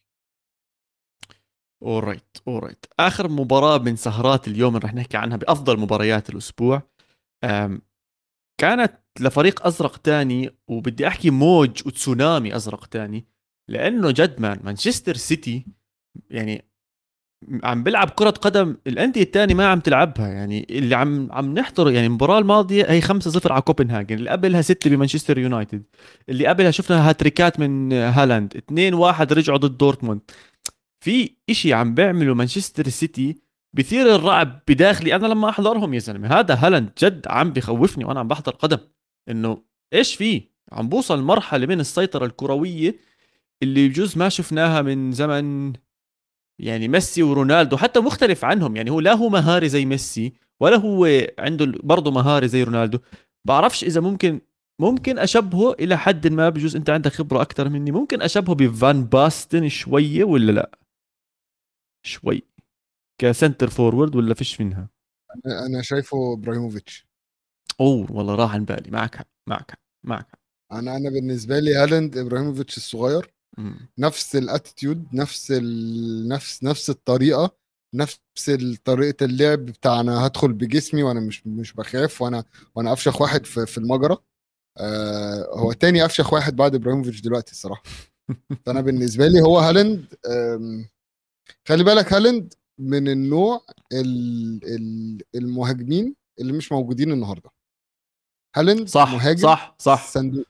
اورايت اورايت. اخر مباراة من سهرات اليوم اللي رح نحكي عنها بافضل مباريات الاسبوع، أم، كانت لفريق ازرق تاني، وبدي احكي موج وتسونامي ازرق تاني، لانه جد مان مانشستر سيتي يعني عم بلعب كرة قدم الأندية التانية ما عم تلعبها. يعني اللي عم عم نحضر، يعني المباراة الماضية هي خمسة صفر على كوبنهاجن، اللي قبلها ستة بمانشستر يونايتد، اللي قبلها شفنا هاتريكات من هالاند، اثنين واحد رجعوا ضد دورتموند. في إشي عم بيعملوا مانشستر سيتي بثير الرعب بداخلي أنا لما أحضرهم. يا زلمة هذا هالاند جد عم بخوفني وأنا عم بحضر قدم، إنه إيش فيه. عم بوصل مرحلة من السيطرة الكروية اللي بجوز ما شفناها من زمن يعني ميسي ورونالدو، حتى مختلف عنهم. يعني هو لا هو مهاري زي ميسي، ولا هو عنده برضه مهاري زي رونالدو. بعرفش إذا ممكن ممكن أشبهه إلى حد ما، بجوز أنت عندك خبرة أكتر مني، ممكن أشبهه بفان باستن شوية ولا لا؟ شوي كسنتر فورورد ولا فيش منها؟ انا أنا شايفه ابراهيموفيتش. أوه والله راح عن بالي. معك حق معك حق معك حق. انا انا بالنسبه لي هالاند ابراهيموفيتش الصغير، أمم، نفس الاتيتيود، نفس ال... نفس نفس الطريقه، نفس طريقه اللعب بتاعنا. هدخل بجسمي وانا مش مش بخاف، وانا وانا افشخ واحد في, في المجرى. آه هو تاني افشخ واحد بعد ابراهيموفيتش دلوقتي الصراحه. فانا بالنسبه لي هو هالاند. آم، خلي بالك هالاند من النوع ال... ال... المهاجمين اللي مش موجودين النهارده. هالاند صح مهاجم صح صح. صندوق.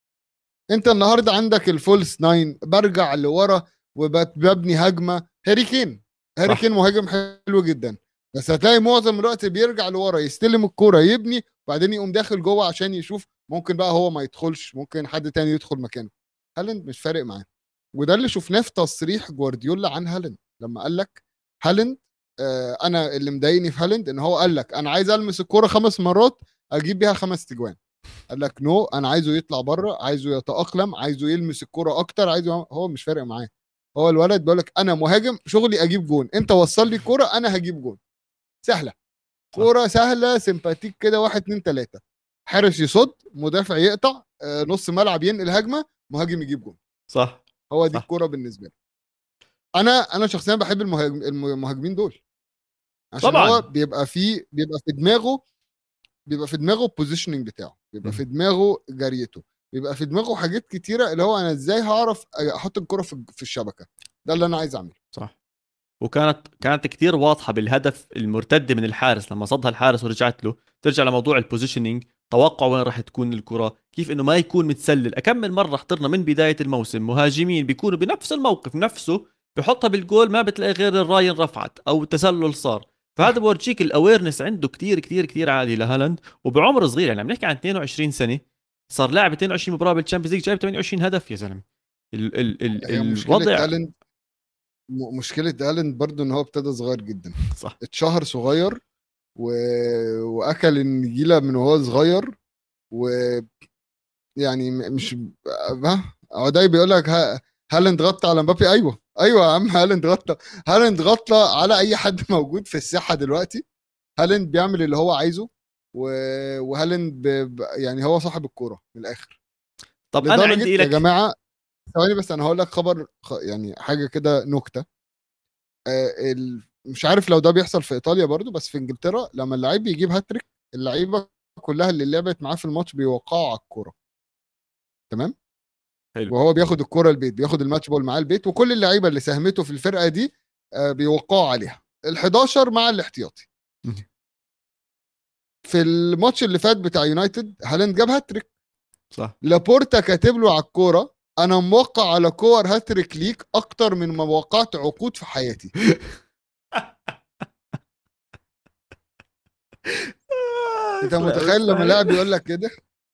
انت النهارده عندك الفولس ناين، برجع لورا وببني هجمه. هاري كين، هاري كين صح مهاجم حلو جدا، بس هتلاقي معظم الوقت بيرجع لورا يستلم الكوره يبني، وبعدين يقوم داخل جوه عشان يشوف ممكن بقى هو ما يدخلش، ممكن حد تاني يدخل مكانه. هالاند مش فارق معاه. وده اللي شفناه في تصريح جوارديولا عن هالاند لما قال لك هالاند، آه انا اللي مضايقني في هالاند ان هو قال لك انا عايز المس الكوره خمس مرات اجيب بيها خمس تجوان. قال لك نو، انا عايزه يطلع بره، عايزه يتاقلم، عايزه يلمس الكرة اكتر، عايزه. هو مش فارق معاه. هو الولد بيقول لك انا مهاجم شغلي اجيب جون، انت وصل لي الكرة انا هجيب جون. سهله، صح كرة سهله سيمباتيك كده، واحد اتنين تلاته، حارس يصد، مدافع يقطع، آه، نص ملعب ينقل هجمه، مهاجم يجيب جون. صح هو دي صح. الكرة بالنسبه لي. انا انا شخصيا بحب المهاجم المهاجمين دول، عشان هو طبعا. بيبقى فيه، بيبقى في دماغه، بيبقى في دماغه البوزيشننج بتاعه، بيبقى أمم، في دماغه جريته، بيبقى في دماغه حاجات كتيره اللي هو انا ازاي هعرف احط الكره في في الشبكه. ده اللي انا عايز اعمله. صح. وكانت كانت كثير واضحه بالهدف المرتده من الحارس لما صدها الحارس ورجعت له. ترجع لموضوع البوزيشننج، توقع وين راح تكون الكره، كيف انه ما يكون متسلل. اكمل مره حضرنا من بدايه الموسم مهاجمين بيكونوا بنفس الموقف نفسه، بحطها بالجول ما بتلاقي غير الراين رفعت او التسلل صار. فهذا صح بورجيك الاويرنس عنده كتير كتير كتير عالي لهالاند، وبعمر صغير. يعني عم نحكي عن اثنين وعشرين سنه، صار لاعب اثنين وعشرين مباراه بالتشامبيونز ليج، جايب ثمانية وعشرين هدف يا زلمه. ال ال ال هي مشكله الوضع هالاند، م- مشكله هالاند برضو ان هو ابتدى صغير جدا، صح اتشهر صغير و... واكل النجيله من وهو صغير. ويعني م- مش ها، هو ده بيقول لك ها... هالاند غطى على مبابي. ايوه ايوه يا عم، هالاند غطى، هالاند غطى على اي حد موجود في الساحه دلوقتي. هالاند بيعمل اللي هو عايزه، و... وهالاند ب... ب- يعني هو صاحب الكوره من الاخر. طب انا لدرجه عندي يا لك. جماعه، ثواني بس، انا هقول لك خبر خ... يعني حاجه كده نكته. آه ال... مش عارف لو ده بيحصل في ايطاليا برضو، بس في انجلترا لما اللعيب بيجيب هاتريك، اللعيبه كلها اللي لعبت معاه في الماتش بيوقعوا على الكوره. تمام. حلو. وهو بياخد الكوره البيت، بياخد الماتش بول معاه البيت، وكل اللعيبه اللي ساهمته في الفرقه دي آه بيوقعوا عليها ال حداشر مع الاحتياطي. مم. في الماتش اللي فات بتاع يونايتد هالاند جاب هاتريك، صح لابورتا كاتب له على الكوره انا موقع على كور هاتريك ليك اكتر من ما وقعت عقود في حياتي. انت متخيل لما لاعب يقول لك كده؟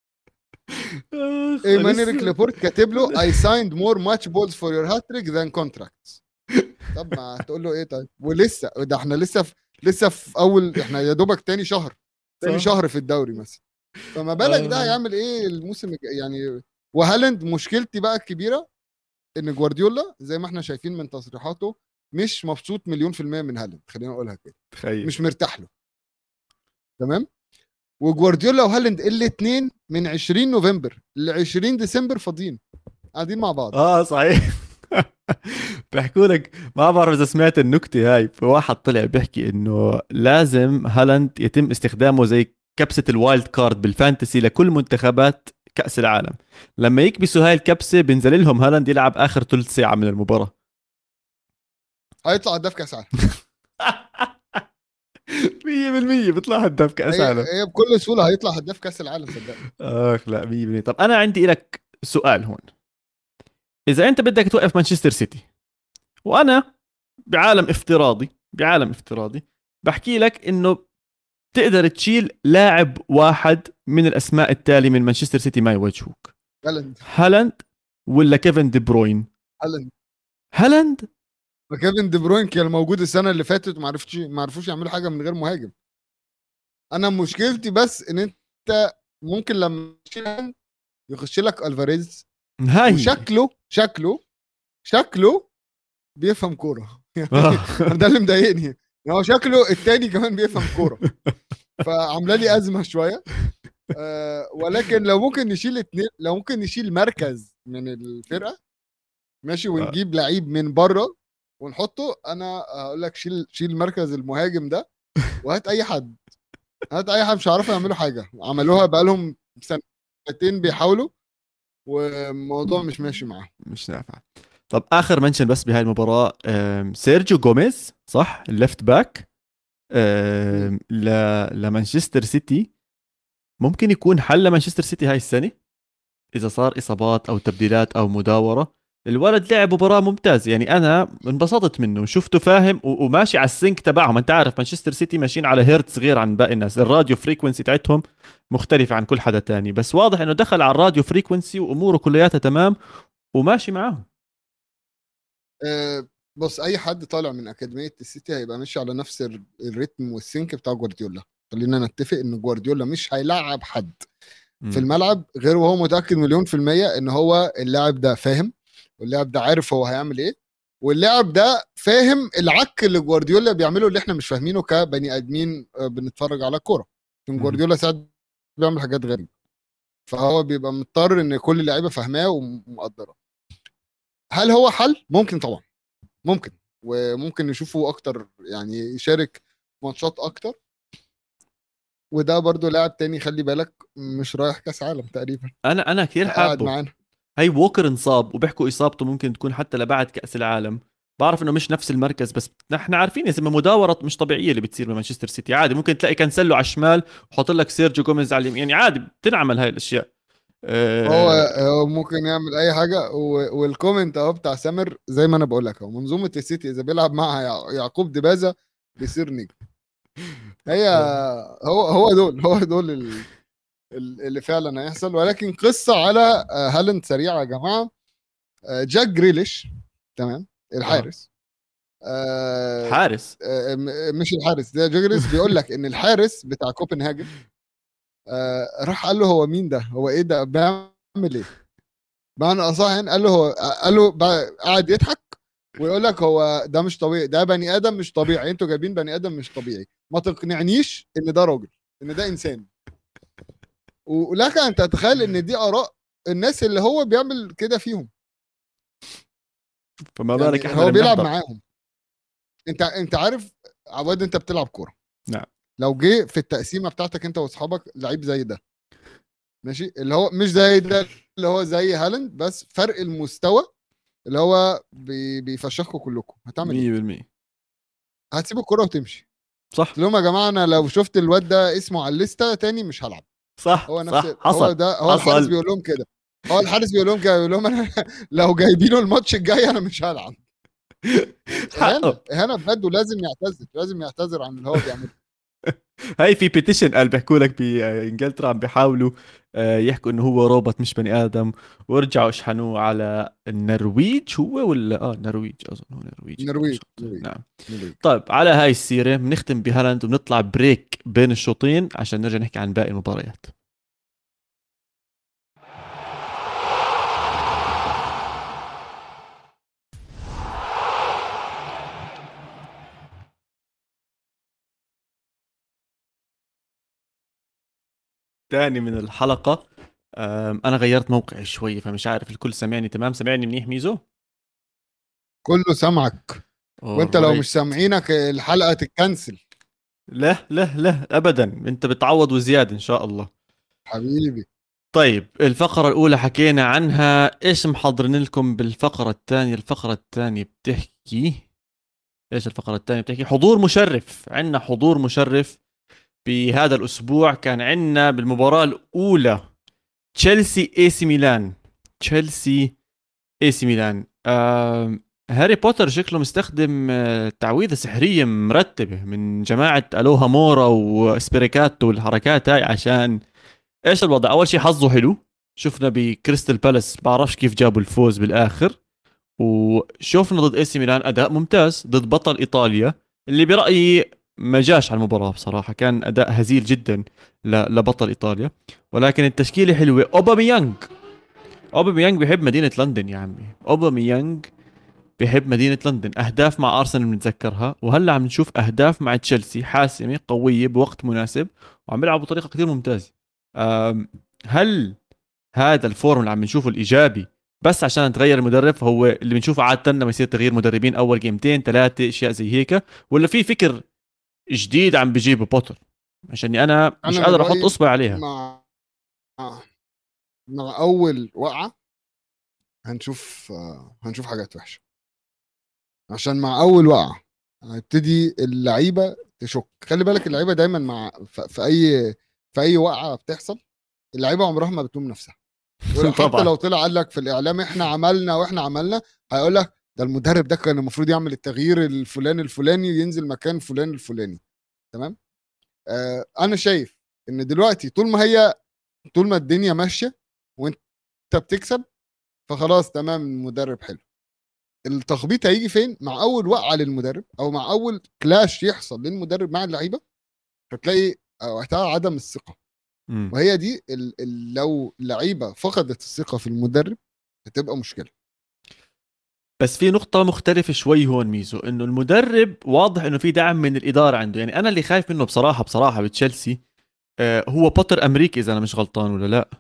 ايه مانيريك لابورت كاتب له I signed more match balls for your hat trick than contracts. طب ما هتقول له ايه طيب؟ ولسه ده احنا لسه في لسه في اول، احنا يا دوبك تاني شهر تاني صح. شهر في الدوري مثلا، فما بالك ده هيعمل ايه الموسم الج- يعني. وهالاند مشكلتي بقى الكبيره ان جوارديولا زي ما احنا شايفين من تصريحاته مش مبسوط مليون في المية من هالاند، خلينا نقولها كده، تخيل. مش مرتاح له. تمام. وجوارديولا وهالاند الاثنين من عشرين نوفمبر ل عشرين ديسمبر فاضيين قاعدين مع بعض. اه صحيح. بحكوا لك، ما بعرف اذا سمعت النكته هاي، في واحد طلع بيحكي انه لازم هالاند يتم استخدامه زي كبسه الوايلد كارد بالفانتسي لكل منتخبات كأس العالم. لما يكبسوا هاي الكبسه بينزل لهم هالاند يلعب اخر ثلث ساعه من المباراه. هيطلع هداف كاس عالم. مية بالمية بيطلع هداف كأس هي عالم. هي بكل سهوله هيطلع هداف كاس العالم صدقني. اخ لا مية بالمية. طب انا عندي لك سؤال هون. اذا انت بدك توقف مانشستر سيتي، وانا بعالم افتراضي بعالم افتراضي بحكي لك انه تقدر تشيل لاعب واحد من الاسماء التالي من مانشستر سيتي ما يواجهوك، هالاند. هالاند ولا كيفن دي بروين؟ هالاند. هالاند. فكيفن دي بروين كان موجود السنه اللي فاتت وما عرفتش ما عرفوش يعملوا حاجه من غير مهاجم. انا مشكلتي بس ان انت ممكن لما تشيل هالاند يخش لك الفاريز، هاي وشكله شكله شكله بيفهم كوره. آه. يعني ده اللي مضايقني، يعني هو شكله التاني كمان بيفهم كوره، فعامله لي ازمه شويه. أه ولكن لو ممكن نشيل اتنين، لو ممكن نشيل مركز من الفرقه ماشي ونجيب لعيب من بره ونحطه، انا هقول لك شيل شيل مركز المهاجم ده وهات اي حد. هات اي حد، مش هيعرفوا يعملوا حاجه، عملوها بقالهم سنتين بيحاولوا والموضوع مش ماشي معاهم. مش نافع. طب اخر منشن بس بهاي المباراه، آم، سيرجيو جوميز صح الليفت باك آم، ل... لمانشستر سيتي، ممكن يكون حل مانشستر سيتي هاي السنه اذا صار اصابات او تبديلات او مداوره. الولد لعب مباراه ممتازه، يعني انا انبسطت منه، شفته فاهم و... وماشي على السينك تبعهم. انت عارف مانشستر سيتي ماشيين على هيرتز غير عن باقي الناس، الراديو فريكونسي تاعتهم مختلفه عن كل حدا تاني، بس واضح انه دخل على الراديو فريكونسي واموره كلياتها تمام وماشي معاهم. أه بص، اي حد طالع من اكاديميه السيتي هيبقى ماشي على نفس ال- الريتم والسينك بتاع جوارديولا. خلينا نتفق ان جوارديولا مش هيلعب حد في مم. الملعب غير وهو متاكد مليون في الميه ان هو اللاعب ده فاهم، واللاعب ده عارف هو هيعمل ايه، واللاعب ده فاهم العك اللي جوارديولا بيعمله اللي احنا مش فاهمينه كبني ادمين آه، بنتفرج على كوره. عشان مم. جوارديولا ساعات بيعمل حاجات غريبه، فهو بيبقى مضطر ان كل اللعيبه فاهماه ومقدره. هل هو حل؟ ممكن طبعا، ممكن، وممكن نشوفه اكتر، يعني يشارك ماتشات اكتر. وده برضو لاعب تاني خلي بالك مش رايح كاس عالم تقريبا، انا انا كثير فقاعد حابه. معانا. هي ووكر انصاب وبيحكوا اصابته ممكن تكون حتى لبعد كاس العالم. بعرف انه مش نفس المركز، بس نحن عارفين يا زلمه مداوره مش طبيعيه اللي بتصير بمانشستر سيتي. عادي ممكن تلاقي كانسلو على الشمال وحط لك سيرجيو جوميز على اليمين، يعني عادي بتنعمل هاي الاشياء. هو أه... هو ممكن يعمل اي حاجه، و- والكومنت اهو بتاع سامر زي ما انا بقول لك اهو، منظومه السيتي اذا بيلعب معها يع- يعقوب ديبازا بيصير نجم. هي هو هو دول هو دول ال- ال- اللي فعلا هيحصل. ولكن قصه على آه، هالاند سريعه يا جماعه. آه، جاك جريليش، تمام، آه. الحارس، آه، حارس. آه، م- مش الحارس ده، جاجريس بيقول لك ان الحارس بتاع كوبنهاجن آه، راح قال له هو مين ده، هو ايه ده بيعمل ايه. معنى اصح يعني قال له هو، قال له بقى- قعد يضحك ويقول لك هو ده مش طبيعي، ده بني ادم مش طبيعي، انتوا جايبين بني ادم مش طبيعي، ما تقنعنيش ان ده راجل، ان ده انسان. ولك ان تتخيل ان دي اراء الناس اللي هو بيعمل كده فيهم، فما بالك يعني احنا هو اللي بيلعب بنحضر. معاهم. انت انت عارف عواد، انت بتلعب كوره، نعم. لو جه في التقسيمه بتاعتك انت واصحابك لعيب زي ده ماشي، اللي هو مش زي ده، اللي هو زي هالاند بس فرق المستوى، اللي هو بي بيفشخكوا كلكم، هتعمل ايه؟ مية بالمية. هتسيب الكرة وتمشي. صح. قلت لهم يا جماعه انا لو شفت الواد ده اسمه على الليسته تاني مش هلعب. صح هو نفس صح هو حصل ده، هو الحارس حصل. بيقول لهم كده. هو الحارس بيقول لهم كده، بيقول لهم انا لو جايبينه الماتش الجاي انا مش هلعب. اهانه حقه. اهانه بجد، ولازم يعتذر، لازم يعتذر عن اللي هو بيعمله. هاي في بيتيشن قال بيحكوا لك بانجلترا عم بيحاولوا آه، يحكوا انه هو روبوت مش بني ادم، ورجعوا شحنوه على النرويج، هو ولا اه النرويج، اظن هو نرويجي مش النرويج غلطان. النرويج نعم. النرويج. طيب على هاي السيرة بنختم بهالاند وبنطلع بريك بين الشوطين عشان نرجع نحكي عن باقي المباريات. تاني من الحلقة. أم، أنا غيرت موقعي شوي فمش عارف الكل سامعني تمام؟ سامعني منيح ميزو؟ كله سامعك، وانت لو alright. مش سامعينك الحلقه تتكنسل. لا لا لا أبدا، أنت بتعوض وزيادة إن شاء الله. حبيبي. طيب الفقرة الأولى حكينا عنها، إيش محضرين لكم بالفقرة الثانية؟ الفقرة الثانية بتحكي إيش؟ الفقرة الثانية بتحكي حضور مشرف. عندنا حضور مشرف بهذا الأسبوع. كان عندنا بالمباراة الأولى تشيلسي اي سي ميلان. تشيلسي اي سي ميلان. آه هاري بوتر شكله مستخدم آه تعويذة سحرية مرتبة من جماعة ألوها مورا وسبيريكاتو والحركات هاي. عشان ايش الوضع؟ أول شيء حظه حلو، شفنا بكريستال بالاس بعرفش كيف جابوا الفوز بالآخر، وشوفنا ضد اي سي ميلان أداء ممتاز ضد بطل إيطاليا اللي برأيي ما جاش على المباراة بصراحة. كان أداء هزيل جدا ل- لبطل إيطاليا. ولكن التشكيلة حلوة. أوباميانج. أوباميانج بيحب مدينة لندن يا عمي. أوباميانج بيحب مدينة لندن. أهداف مع أرسنال بنتذكرها، وهلا عم نشوف أهداف مع تشيلسي حاسمة قوية بوقت مناسب، وعم بيلعب بطريقة كثير ممتازة. أم، هل هذا الفورم اللي عم نشوفه الإيجابي بس عشان تغير المدرب؟ هو اللي بنشوفه عادة لما يصير تغيير مدربين أول جيمتين ثلاثة أشياء زي هيك، ولا في فكر جديد عم بجيبه بوتر؟ عشان أنا مش انا من قادر أحط رايي إصبع عليها. مع مع اول وقعه هنشوف آه، هنشوف حاجات وحشه، عشان مع اول وقعه هتبتدي اللعيبه تشك. خلي بالك اللعيبه دايما مع ف- في اي في اي وقعه بتحصل اللعيبه عمرها ما بتلوم نفسها. وحتى طبعا. لو طلع قال لك في الاعلام احنا عملنا واحنا عملنا، هيقول لك ده المدرب ده كان المفروض يعمل التغيير الفلاني الفلاني ينزل مكان فلان الفلاني. تمام. آه انا شايف ان دلوقتي طول ما هي طول ما الدنيا ماشيه وانت بتكسب، فخلاص تمام المدرب حلو. التخبيط هيجي فين؟ مع اول وقعه للمدرب او مع اول كلاش يحصل للمدرب مع اللعيبه، فتلاقي آه، وقتها عدم الثقه. مم. وهي دي ال ال لو اللعيبه فقدت الثقه في المدرب هتبقى مشكله. بس في نقطة مختلفة شوي هون ميزو، انه المدرب واضح انه في دعم من الإدارة عنده. يعني انا اللي خايف منه بصراحة بصراحة بتشيلسي آه هو بوتر امريكي اذا انا مش غلطان ولا لا؟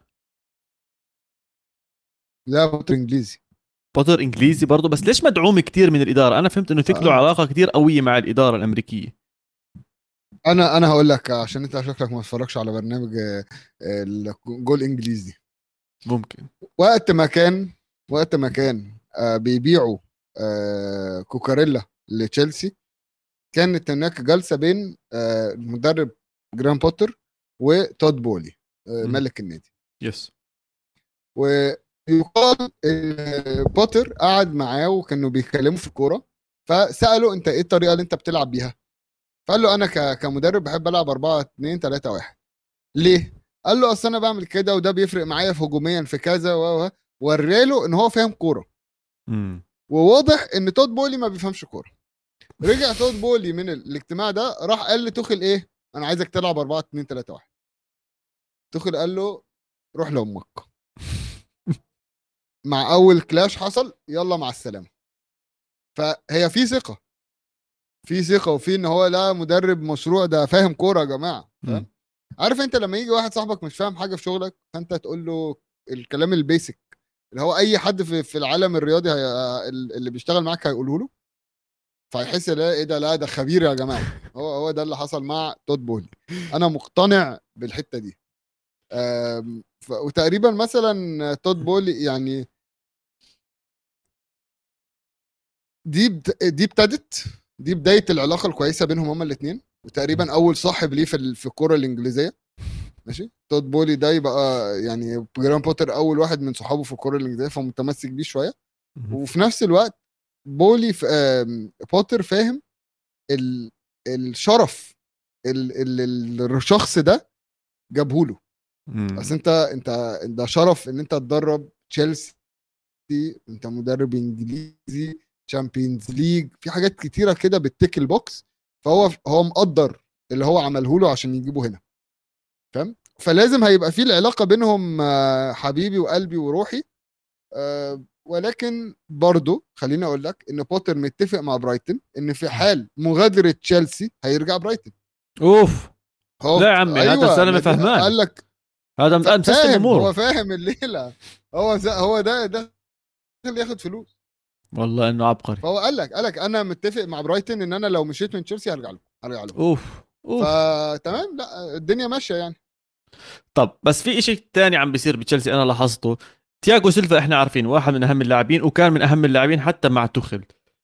لا بطل انجليزي. بوتر انجليزي برضه، بس ليش مدعوم كتير من الإدارة؟ انا فهمت انه فيك له آه. علاقة كتير قوية مع الإدارة الأمريكية. انا انا هقول لك عشان انت شكلك ما تتفرجش على برنامج آه، الجول انجليزي. ممكن. وقت ما كان وقت ما كان آه، بيبيعوا آه، كوكاريلا لتشيلسي، كانت هناك جلسه بين آه، المدرب جرام بوتر وتود بولي آه، مم. ملك النادي. يس. ويقال ان بوتر قعد معاه وكانوا بيتكلموا في الكوره، فساله انت ايه الطريقه اللي انت بتلعب بيها؟ فقال له انا ك- كمدرب بحب العب أربعة اتنين ثلاثة واحد. ليه؟ قال له اصل انا بعمل كده وده بيفرق معايا في هجوميا في كذا و و- وراله ان هو فاهم كوره. مم. وواضح ان تود بولي ما بيفهمش كوره. رجع تود بولي من ال- الاجتماع ده راح قال لتوخل ايه؟ انا عايزك تلعب أربعة اتنين ثلاثة واحد. توخل قال له روح لامك. مع اول كلاش حصل يلا مع السلامه. فهي في ثقه، في ثقه وفي ان هو لا مدرب مشروع ده فاهم كوره يا جماعه، مم. فاهم؟ عارف انت لما يجي واحد صاحبك مش فاهم حاجه في شغلك فانت تقول له الكلام البيسك اللي هو اي حد في, في العالم الرياضي هي اللي بيشتغل معاك هيقوله له، فيحس لا ايه ده، لا ده خبير يا جماعه. هو هو ده اللي حصل مع تود بولي. انا مقتنع بالحته دي. أم، ف- وتقريبا مثلا تود بولي يعني دي بت- دي ابتدت دي بدايه العلاقه الكويسه بينهم هما الاثنين، وتقريبا اول صاحب ليه في ال- في الكره الانجليزيه. ماشي. تود بولي ده يبقى يعني جرام بوتر اول واحد من صحابه في الكوره الانجليزيه فمتمسك بيه شويه. وفي نفس الوقت بولي ف... آم، بوتر فاهم ال... الشرف ال... ال... ال- الشخص ده جابه له. بس انت انت ده شرف ان انت تدرب تشيلسي، انت مدرب انجليزي تشامبيونز ليج في حاجات كتيره كده بتتك البوكس. فهو هو مقدر اللي هو عمله له عشان يجيبه هنا فاهم. فلازم هيبقى في العلاقه بينهم آه، حبيبي وقلبي وروحي. آه، ولكن برضو خليني اقول لك ان بوتر متفق مع برايتون ان في حال مغادره تشيلسي هيرجع برايتون. اوف. هو لا يا عمي هذا ايوه الزلمه ما دي- فهمان، قال لك هذا ف- مسيستم فاهم هو اموره. فاهم الليله. هو ز- هو ده ده اللي ياخد فلوس. والله انه عبقري. فهو قال لك قال لك انا متفق مع برايتون ان انا لو مشيت من تشيلسي هرجع له هرجع له. اوف اوف. فتمام لا الدنيا ماشيه يعني. طب بس في إشي تاني عم بيصير بتشيلسي انا لاحظته. تياغو سيلفا احنا عارفين واحد من اهم اللاعبين، وكان من اهم اللاعبين حتى مع توخل.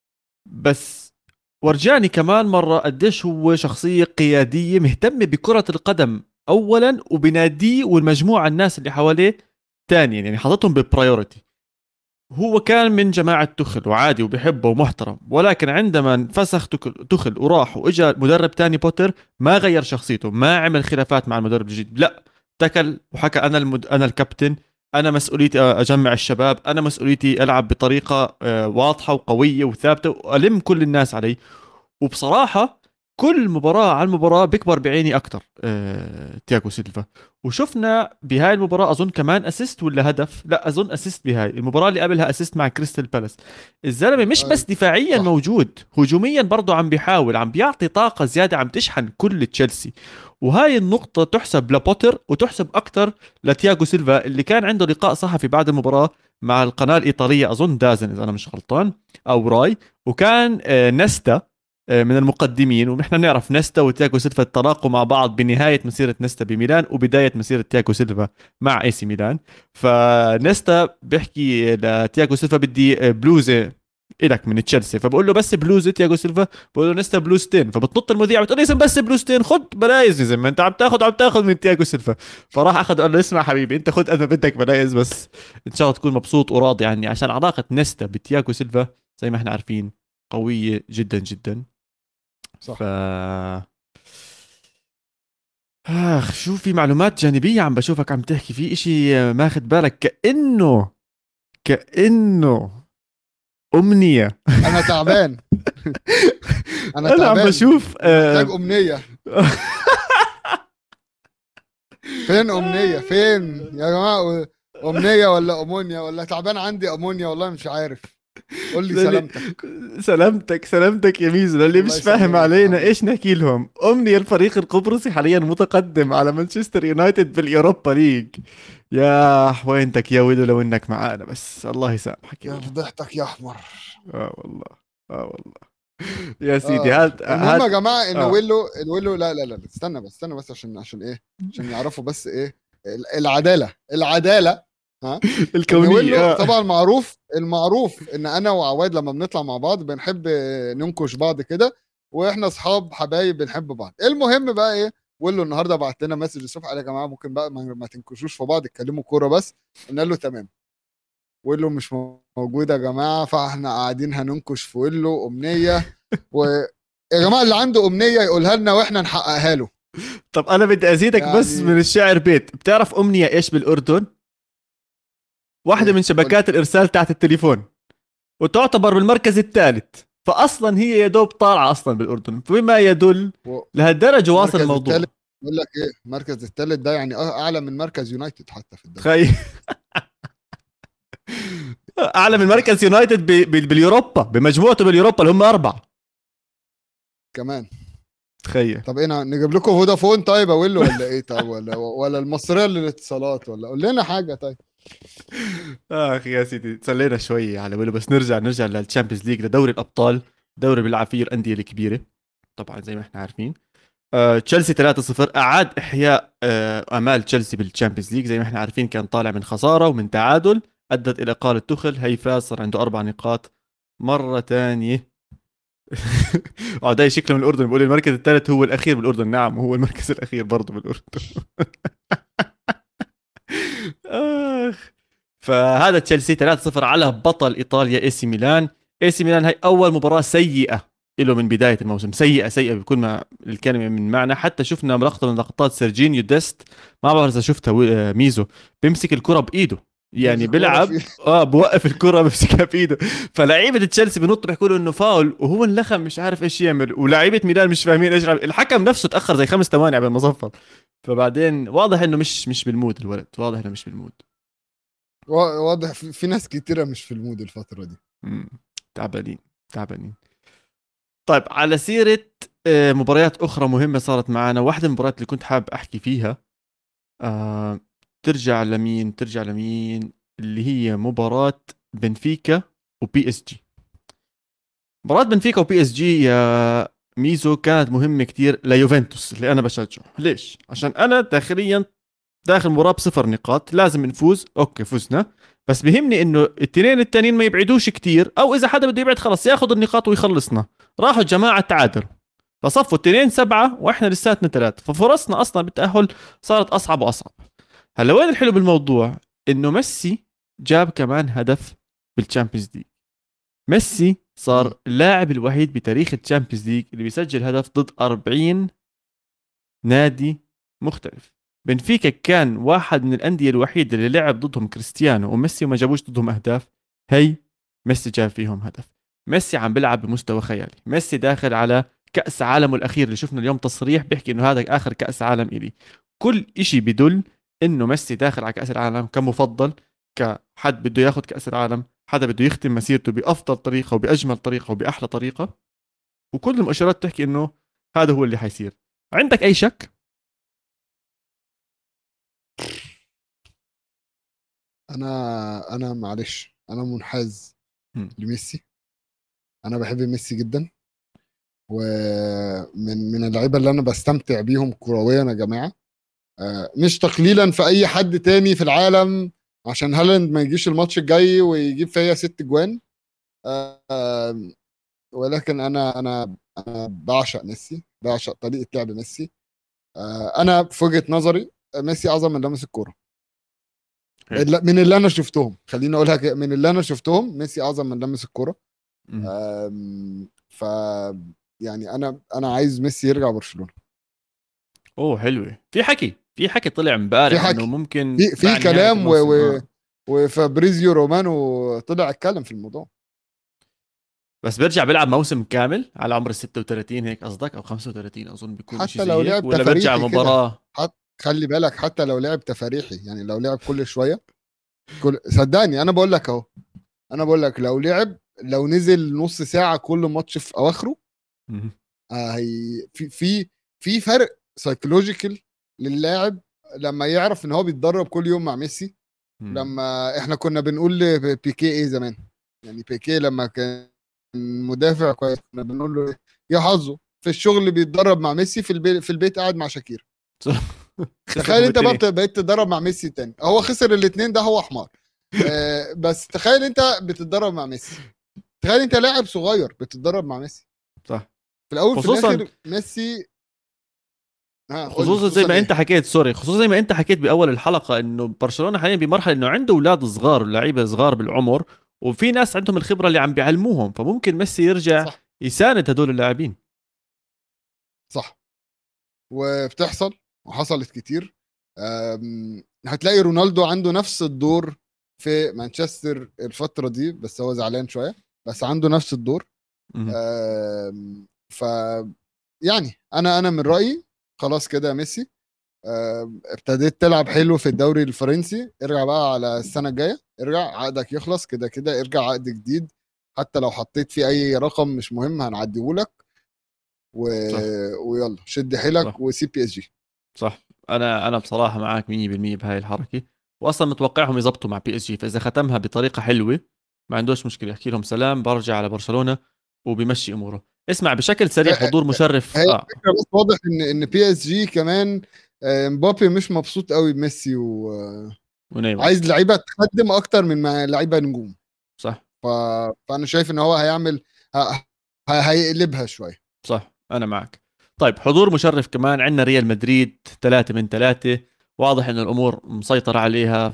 بس ورجاني كمان مرة قديش هو شخصية قيادية مهتمة بكرة القدم اولا، وبناديه والمجموعة الناس اللي حواليه ثانيا، يعني حاططهم بالبرايورتي. هو كان من جماعة تخل وعادي وبحبه ومحترم، ولكن عندما انفسخ تخل, تخل وراح واجا مدرب تاني بوتر ما غير شخصيته، ما عمل خلافات مع المدرب الجديد، لا تكل وحكى انا المد... انا الكابتن، انا مسؤوليتي اجمع الشباب، انا مسؤوليتي العب بطريقة آه، واضحة وقوية وثابتة والم كل الناس علي. وبصراحة كل مباراة على المباراة بيكبر بعيني أكتر آه، تياغو سيلفا. وشفنا بهاي المباراة أظن كمان أسيست ولا هدف، لا أظن أسيست بهاي المباراة اللي قبلها، أسيست مع كريستال بالاس. الزلمة مش بس أيوة. دفاعيا صح. موجود، هجوميا برضه عم بيحاول، عم بيعطي طاقة زيادة، عم تشحن كل تشيلسي. وهاي النقطة تحسب لبوتر وتحسب أكتر لتياغو سيلفا اللي كان عنده لقاء صحفي بعد المباراة مع القناة الإيطالية أظن دازن إذا أنا مش غلطان أو راي. وكان آه، نستا من المقدمين، ونحن بنعرف نيستا وتياغو سيلفا تلاقوا مع بعض بنهاية مسيرة نيستا بميلان وبداية مسيرة تياغو سيلفا مع اي سي ميلان. فنيستا بيحكي لتياغو سيلفا بدي بلوزة إلك من تشيلسي، فبقول له بس بلوزة تياغو سيلفا، بقول له نيستا بلوزتين، فبتنط المذيع بتقول لي بس بلوزتين، خد بلايز زي ما انت عم تاخذ عم تاخذ من تياغو سيلفا. فراح اخذ قال له اسمع حبيبي انت خد اذا بدك بلايز، بس ان شاء الله تكون مبسوط وراضي عني، عشان علاقة نيستا بتياغو سيلفا زي ما احنا عارفين قوية جدا جدا. ف صح. اخ شو في معلومات جانبية عم بشوفك عم تحكي في اشي ماخد بالك كأنه كأنه أمنية. انا تعبان. انا أنا عم تعبان بشوف محتاج آه، امنيه. فين امنيه فين يا جماعه؟ امنيه ولا امونيا ولا تعبان عندي امونيا والله مش عارف. قول لي للي سلامتك. سلامتك سلامتك يا ميزو، للي الله مش فاهم يسلمك يا علينا حبيبي. ايش نحكي لهم. أمنية الفريق القبرصي حاليا متقدم على مانشستر يونايتد باليوروبا ليج. يا وينتك يا ويلو لو انك معانا، بس الله يسامحك يا يا ويلو. فضحتك يا احمر. اه والله. اه والله. يا سيدي اه هات المهم يا هات. جماعه ان اه ويلو الويلو لا لا لا استنى بس استنى بس عشان عشان ايه عشان يعرفوا بس ايه ال- العداله العداله. ها. ان الكونية ويلو اه. طبعا معروف المعروف ان انا وعواد لما بنطلع مع بعض بنحب ننكش بعض كده. واحنا اصحاب حبايب بنحب بعض. المهم بقى ايه ويلو النهارده بعت لنا مسج الصبح قال يا جماعه ممكن بقى ما, ما تنكشوش في بعض اتكلموا كوره بس. قلنا له تمام. ويلو مش موجود يا جماعه فاحنا قاعدين هننكش في ويلو امنيه. ويا جماعه اللي عنده امنيه يقولها لنا واحنا نحققها له. طب انا بدي ازيدك بس يعني من الشعر بيت. بتعرف امنية ايش بالاردن؟ واحدة ايه من قول لي. شبكات الارسال تحت التليفون، وتعتبر بالمركز الثالث، فاصلا هي يا دوب طالعة اصلا بالاردن، بما يدل و- لهالدرجة واصل المركز الثالث الموضوع. بقول لك ايه المركز الثالث ده يعني اعلى من مركز يونايتد حتى في الدوري. تخيل. اعلى من مركز يونايتد ب- ب- باليوروبا، بمجموعته باليوروبا اللي هم اربعة. كمان. تخيل. طب ايه نجيب لكم فودافون طيب اقول ولا ايه طب ولا ولا المصريه للاتصالات ولا قول لنا حاجه طيب. اخ يا سيدي تسلينا شوي على ويلو، بس نرجع نرجع للتشامبيونز ليج، لدوري الابطال، دوري بيلعب فيه الانديه الكبيره طبعا زي ما احنا عارفين. آه، تشيلسي ثلاثة صفر اعاد احياء آه، امال تشيلسي بالتشامبيونز ليج. زي ما احنا عارفين كان طالع من خساره ومن تعادل ادت الى اقاله تخل، هي فاز صار عنده اربع نقاط مره ثانيه. عداي شكله من الاردن بيقول المركز الثالث هو الاخير بالاردن. نعم هو المركز الاخير برضه بالاردن. اخ. فهذا تشيلسي ثلاثة صفر على بطل ايطاليا اي سي ميلان. اي سي ميلان هي اول مباراه سيئه له من بدايه الموسم، سيئه سيئه بكل ما الكلمه من معنى. حتى شفنا لقطه من لقطات سيرجينيو ديست، ما بعرف اذا شفتها و- ميزو، بيمسك الكره بايده، يعني بيمسك كوره بيلعب في اه بوقف الكره بمسكها بايده. فلعيبه تشيلسي بنط بيحكوا له انه فاول، وهو انلخم مش عارف ايش يعمل، ولاعيبه ميلان مش فاهمين ايش عم- الحكم نفسه تاخر زي خمس ثواني قبل ما صفر. فبعدين واضح انه مش مش بالمود الولد، واضح انه مش بالمود. وا- واضح في, في ناس كتيره مش في المود الفتره دي. مم. تعبانين تعبانين. طيب على سيرة آه، مباريات أخرى مهمة صارت معنا، واحدة من المباريات اللي كنت حابب أحكي فيها آه ترجع لمين ترجع لمين اللي هي مباراة بنفيكا وبي اس جي. مباراة بنفيكا وبي اس جي يا ميزو كانت مهمة كتير ليوفنتوس اللي أنا بشجعه. ليش؟ عشان أنا داخليا داخل مباراة بصفر نقاط، لازم نفوز. أوكي فزنا، بس بيهمني إنه التنين التانيين ما يبعدوش كتير، أو إذا حدا بده يبعد خلص ياخذ النقاط ويخلصنا. راحوا الجماعة تعادلوا، فصفوا التنين سبعة واحنا لساتنا ثلاثة، ففرصنا اصلا بالتأهل صارت اصعب واصعب. هلا وين الحلو بالموضوع؟ انه ميسي جاب كمان هدف بالتشامبيونز ليج. ميسي مم. صار اللاعب الوحيد بتاريخ التشامبيونز ليج اللي بيسجل هدف ضد أربعين نادي مختلف. بنفيكا كان واحد من الأندية الوحيدة اللي لعب ضدهم كريستيانو وميسي وما جابوش ضدهم أهداف. هي ميسي جاب فيهم هدف. ميسي عم بيلعب بمستوى خيالي. ميسي داخل على كأس عالمه الأخير اللي شفنا اليوم تصريح بيحكي إنه هذا آخر كأس عالم إلي. كل إشي بدل إنه ميسي داخل على كأس العالم كمفضل، كحد بده ياخذ كأس العالم، حدا بده يختم مسيرته بأفضل طريقة وبأجمل طريقة وبأحلى طريقة. وكل المؤشرات تحكي إنه هذا هو اللي حيصير. عندك أي شك؟ انا انا معلش انا منحاز مم. لميسي. انا بحب ميسي جدا، ومن من اللعيبه اللي انا بستمتع بيهم كرويا يا جماعه. آه، مش تقليلا في اي حد تاني في العالم، عشان هالاند ما يجيش الماتش الجاي ويجيب فيا ست جوان. آه، آه، ولكن انا انا انا بعشق ميسي، بعشق طريقه لعب ميسي. آه، انا في وجهه نظري ميسي اعظم من لمس الكوره. حلو. من اللي انا شفتهم، خليني اقولها كده، من اللي انا شفتهم ميسي اعظم من لمس الكوره. مم. آم، ف يعني انا انا عايز ميسي يرجع برشلونه. اوه حلوة. في حكي في حكي طلع في امبارح انه حكي، ممكن في في بعد نهاية كلام و... الموسم. و... اه وفابريزيو رومانو طلع اتكلم في الموضوع. بس بيرجع بيلعب موسم كامل على عمر ال ستة وثلاثين هيك قصدك، او خمسة وثلاثين اظن بيكون اشي حتى لو زي هيك، لعب ولا بيرجع تفاريحي كده، مباراة؟ حت... خلي بالك حتى لو لعب تفاريحي، يعني لو لعب كل شويه، كل صدقني انا بقول لك اهو، انا بقول لك لو لعب، لو نزل نص ساعه كل ماتش في اواخره، مم. آه هي في في في فرق سايكولوجيكال للاعب لما يعرف ان هو بيتدرب كل يوم مع ميسي. مم. لما احنا كنا بنقول لبيكي ايه زمان، يعني بيكي لما كان مدافع كويس كنا بنقول له إيه؟ يا حظه في الشغل بيتدرب مع ميسي، في البيت في البيت قاعد مع شاكير. تخيل خسرهم انت بقى التنين. بت- بقيت تتدرب مع ميسي تاني، هو خسر الاثنين، ده هو حمار. آه بس تخيل انت بتتدرب مع ميسي، تخيل انت لاعب صغير بتتدرب مع ميسي. صح. في الاول في خصوصا الاخر ميسي. ها قول لي خصوصا زي خصوصا ما انت ايه. حكيت، سوري، خصوصا زي ما انت حكيت باول الحلقة انه برشلونة حاليا بمرحلة انه عنده اولاد صغار، لعيبة صغار بالعمر، وفي ناس عندهم الخبرة اللي عم بيعلموهم، فممكن ميسي يرجع صح يساند هدول اللاعبين. صح، وبتحصل وحصلت كتير. أم، هتلاقي رونالدو عنده نفس الدور في مانشستر الفترة دي، بس هو زعلان شوية، بس عنده نفس الدور. مم. أم، ف يعني انا انا من رأيي خلاص كده يا ميسي. أم، ابتديت تلعب حلو في الدوري الفرنسي، ارجع بقى على السنة الجاية، ارجع عقدك يخلص كده كده، ارجع عقد جديد. حتى لو حطيت فيه اي رقم مش مهم هنعديهولك و... صح ويلا شد حيلك صح وسي بي اس جي. صح. انا انا بصراحه معك مية بالمية بهاي الحركه، واصلا متوقعهم يزبطوا مع بي اس جي، فاذا ختمها بطريقه حلوه ما عندوش مشكله، يحكي لهم سلام برجع على برشلونه وبيمشي اموره. اسمع بشكل سريع، حضور مشرف هي اه الفكره، بس واضح ان ان بي اس جي كمان آه، مبابي مش مبسوط قوي بميسي، ونيمار. وعايز لعيبه تخدم اكتر من ما لعيبه نجوم. صح ف... فانا شايف ان هو هيعمل ه... ه... هيقلبها شويه. صح انا معك. طيب حضور مشرف كمان عندنا ريال مدريد ثلاثة من ثلاثة، واضح انه الامور مسيطره عليها.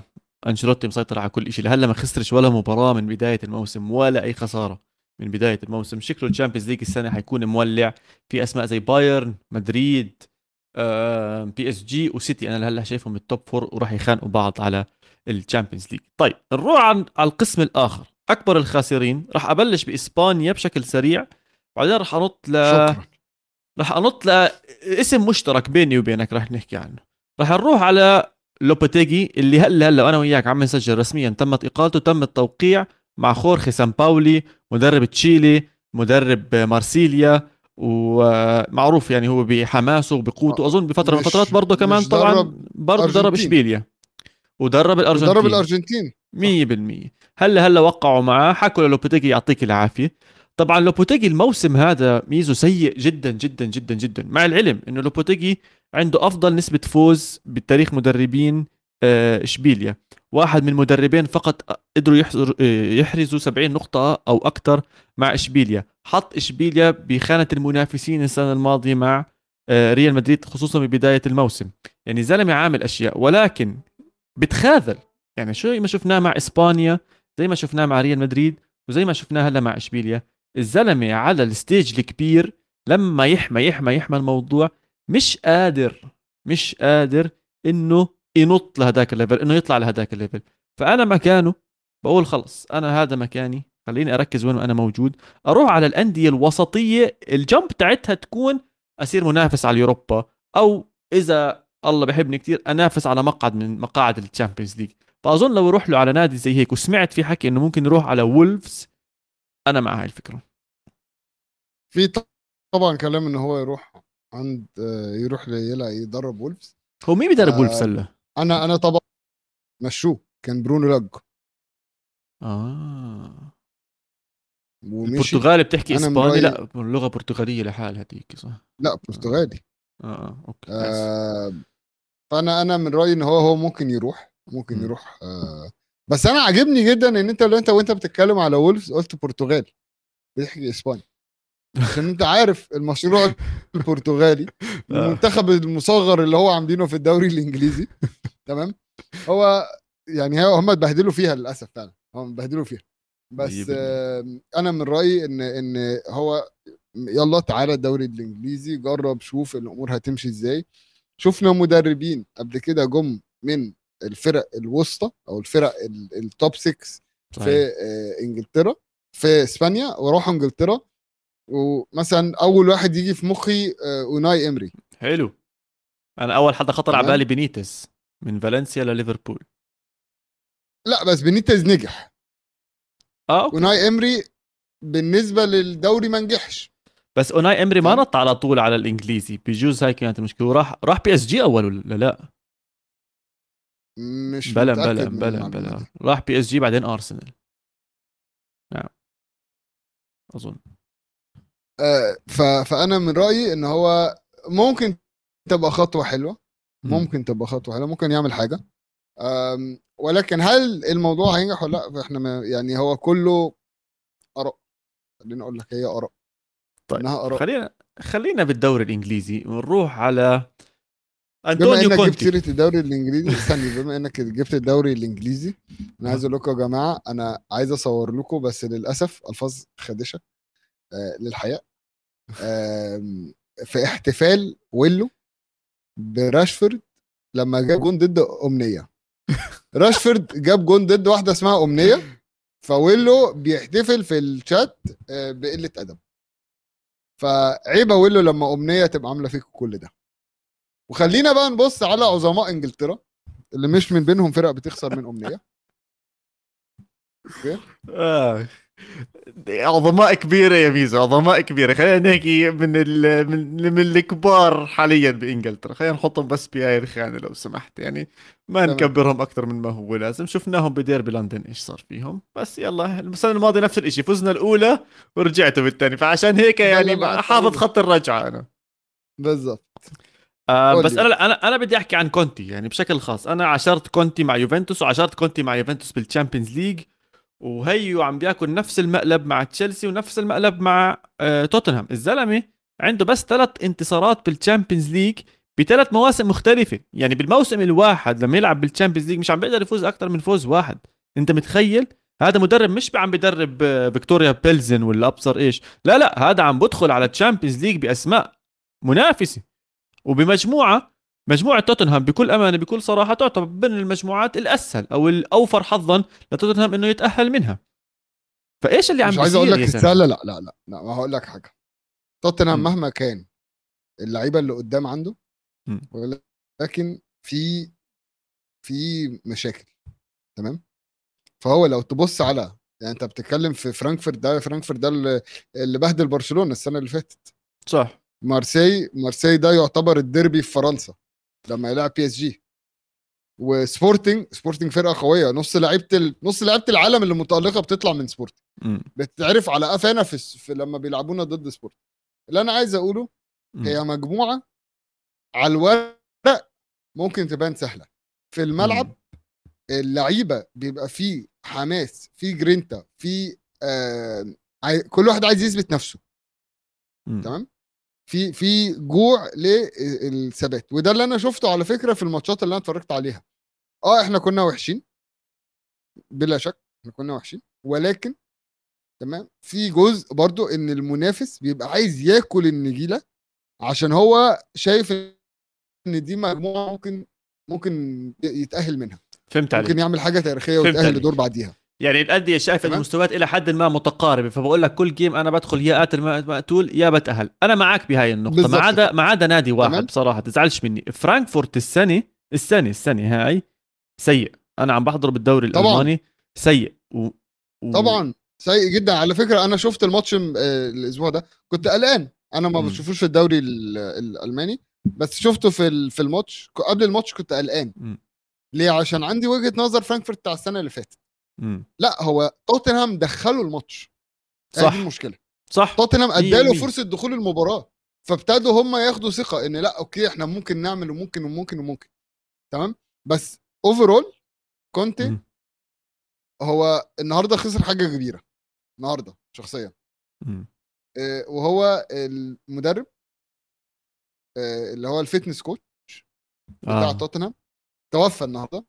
انشيلوتي مسيطر على كل شيء، لهلا ما خسرش ولا مباراه من بدايه الموسم ولا اي خساره من بدايه الموسم. شكله الشامبيونز ليج السنه حيكون مولع، في اسماء زي بايرن، مدريد، آه، بي اس جي وسيتي، انا لهلا شايفهم التوب فور وراح يخانقوا بعض على الشامبيونز ليج. طيب نروح عن على القسم الاخر، اكبر الخاسرين. راح ابلش باسبانيا بشكل سريع، بعدين راح انط ل شكرا. راح انط لاسم مشترك بيني وبينك راح نحكي عنه. راح نروح على لوبوتيجي اللي هلا هلا وانا وياك عم نسجل رسميا تمت اقالته، تم التوقيع مع خورخي سامباولي مدرب تشيلي مدرب مارسيليا، ومعروف يعني هو بحماسه وبقوته. اظن بفتره من مش الفترات برضه كمان مش طبعا درب برضه درب ارجنتين، اشبيليا ودرب درب الارجنتين الارجنتين. صح. مية بالمية. هلا هلا وقعوا معاه، حكوا للوبوتيجي يعطيك العافيه. طبعا لوبوتيجي الموسم هذا ميزه سيء جدا جدا جدا جدا، مع العلم انه لوبوتيجي عنده افضل نسبه فوز بتاريخ مدربين آه، اشبيليا. واحد من المدربين فقط قدروا يحزر- آه، يحرزوا سبعين نقطه او اكثر مع اشبيليا. حط اشبيليا بخانه المنافسين السنه الماضيه مع آه، ريال مدريد خصوصا ببدايه الموسم. يعني زلمه عامل اشياء، ولكن بتخاذل. يعني شو ما شفناه مع اسبانيا، زي ما شفناه مع ريال مدريد، وزي ما شفناه هلا مع اشبيليا. الزلمه على الستيج الكبير لما يحمى يحمى يحمى الموضوع مش قادر مش قادر انه ينط لهداك الليفل، انه يطلع لهداك الليفل. فانا مكانه بقول خلص انا هذا مكاني، خليني اركز وين انا موجود، اروح على الانديه الوسطيه الجمب تاعتها تكون اصير منافس على اليوروبا، او اذا الله بحبني كتير انافس على مقعد من مقاعد الشامبيونز ليج. فاظن لو يروح له على نادي زي هيك، وسمعت في حكي انه ممكن يروح على وولفز، انا مع هاي الفكره. في طبعا كلام ان هو يروح عند آه، يروح يلعب يدرب وولفز. هو مين بيدرب وولفز آه، هلا؟ انا انا طبعا مشوه، كان برونو لاج اه ومشي. البرتغالي بتحكي انا من اسباني؟ رايي لا اللغه برتغاليه لحالها هذيك صح. لا، اه برتغالي. اه, آه. اوكي اسف. آه، فانا انا من رايي ان هو هو ممكن يروح ممكن مم. يروح آه، بس انا عاجبني جدا ان انت لو انت وانت بتتكلم على وولفز قلت برتغال بتحكي اسباني، عشان انت عارف المشروع البرتغالي، آه. المنتخب المصغر اللي هو عاملينه في الدوري الانجليزي. تمام. هو يعني هو هم اتبهدلوا فيها للاسف، فعلا هم اتبهدلوا فيها. مية بس بالمية. آه، انا من رايي ان ان هو يلا تعالى الدوري الانجليزي، جرب شوف الامور هتمشي ازاي. شفنا مدربين قبل كده جم من الفرق الوسطى او الفرق ال- التوب ستة في صحيح. آه، انجلترا، في اسبانيا، وراحوا انجلترا. ومثلا اول واحد يجي في مخي آه، اوناي امري. حلو. انا اول حدا خطر على بالي تمام. بينيتس من فالنسيا لليفربول. لا بس بينيتز نجح. اه اوكي. اوناي امري بالنسبه للدوري ما نجحش. بس اوناي امري ما فاهم. نط على طول على الانجليزي، بجوز هاي كانت المشكله. وراح راح بي اس جي اول ولا لا؟ مش بلا بلا متاكد من بلا المعلومه بلا دي. راح بي اس جي بعدين ارسنال. نعم اظن. آه، ف- فانا من رايي ان هو ممكن تبقى خطوه حلوه، مم. ممكن تبقى خطوه حلوه، ممكن يعمل حاجه. أم، ولكن هل الموضوع هينجح ولا لا؟ احنا ما يعني هو كله اراء. خليني اقول لك هي اراء، طيب انها اراء. خلينا خلينا بالدوري الانجليزي ونروح على بما انطونيو انك جبت كونتي. سيره الدوري الانجليزي، استني، بما انك جبت الدوري الانجليزي، انا عايز اقول لكم يا جماعه، انا عايز اصور لكم بس للاسف الفاظ خادشه آه للحياه. آم، في احتفال ويلو براشفورد لما جاب جون ضد امنيه. راشفورد جاب جون ضد واحده اسمها امنيه، فويلو بيحتفل في الشات آه، بقله ادب. فعيبه ويلو لما امنيه تبقى عامله فيك كل ده. وخلينا بقى نبص على عظماء انجلترا اللي مش من بينهم فرق بتخسر من امنيه. اوكي. آه. عظماء كبيرة يا ميزو، عظماء كبيرة. خلينا نحكي من ال... من من الكبار حاليا بإنجلترا، خلينا نحطهم بس بهاي الخانة لو سمحت. يعني ما تمام. نكبرهم أكثر من ما هو لازم. شفناهم بديربي لندن إيش صار فيهم، بس يلا السنة الماضية نفس الإشي، فزنا الأولى ورجعتوا بالثاني، فعشان هيك ده اللي يعني انا قعدت حافظ اقوله خط الرجعة أنا. بالظبط. آه قول بس لي انا بقى. لا، انا انا بدي احكي عن كونتي يعني بشكل خاص. انا عاشرت كونتي مع يوفنتوس، وعاشرت كونتي مع يوفنتوس بالتشامبيونز ليج، وهيو عم بياكل نفس المقلب مع تشيلسي ونفس المقلب مع آه توتنهام. الزلمه عنده بس ثلاث انتصارات بالتشامبيونز ليج بثلاث مواسم مختلفه. يعني بالموسم الواحد لما يلعب بالتشامبيونز ليج مش عم بيقدر يفوز اكثر من فوز واحد. انت متخيل؟ هذا مدرب مش عم بيدرب آه، فيكتوريا بيلزن ولا ابصر ايش، لا لا، هذا عم بدخل على التشامبيونز ليج باسماء منافسه، وبمجموعه مجموعه توتنهام بكل امانه بكل صراحه تعتبر من المجموعات الاسهل او الاوفر حظا لتوتنهام انه يتاهل منها. فايش اللي مش عم عايز اقول بيصير لك يا السهله، سامي؟ لا لا لا لا، ما هقول لك حاجه. توتنهام م- مهما كان اللعيبه اللي قدام عنده، م- ولكن في في مشاكل. تمام. فهو لو تبص على، يعني انت بتتكلم في فرانكفورت، ده فرانكفورت ده اللي اللي بهدل برشلونه السنه اللي فاتت. صح. مارسي مارسي ده يعتبر الديربي في فرنسا لما يلعب بي اس جي. وسبورتنج سبورتنج فرقه قويه، نص لعيبه ال... نص لعيبه العالم اللي متالقه بتطلع من سبورتنج، م- بتتعرف على قفانا في... في لما بيلعبونا ضد سبورتنج. اللي انا عايز اقوله، م- هي مجموعه على الورق ممكن تبان سهله، في م- الملعب اللعيبه بيبقى فيه حماس، فيه جرينتا، فيه آه... عاي... كل واحد عايز يثبت نفسه. م- تمام. في في جوع للثبات، وده اللي انا شفته على فكره في الماتشات اللي انا اتفرجت عليها. اه احنا كنا وحشين بلا شك، احنا كنا وحشين، ولكن تمام في جزء برضو ان المنافس بيبقى عايز ياكل النجيله، عشان هو شايف ان دي مجموعه ممكن ممكن يتاهل منها، فهمت ممكن عليك. يعمل حاجه تاريخيه فهمت ويتاهل لدور عليك. بعديها. يعني الأندية شايفة إنه تمام. المستويات إلى حد ما متقاربة، فبقول لك كل جيم أنا بدخل يا قاتل ما- مقتول يا بتأهل. أنا معك بهاي النقطة، ما بالظبط عدا كده. ما عدا نادي واحد تمام. بصراحة تزعلش مني، فرانكفورت السنة السنة السنة هاي سيء. أنا عم بحضر بالدوري طبعا الألماني سيء و... و... طبعا سيء جدا. على فكره انا شفت الماتش م- آه، الاسبوع ده كنت قلقان. انا ما م- بشوفوش في الدوري ال- الالماني، بس شفته في ال- في الماتش. قبل الماتش كنت قلقان. م- ليه؟ عشان عندي وجهه نظر فرانكفورت بتاع السنه اللي فاتت. م. لا، هو توتنهام دخلوا الماتش، هي دي صح. المشكله. صح. توتنهام اداله مية بالمية. فرصه دخول المباراه، فابتدوا هم ياخدوا ثقه ان لا اوكي احنا ممكن نعمل وممكن وممكن وممكن. تمام. بس اوفرول كونتي م- هو النهارده خسر حاجه كبيره النهارده شخصيا. م. آه، وهو المدرب، آه، اللي هو الفيتنس كوتش بتاع آه توتنهام، توفى النهارده.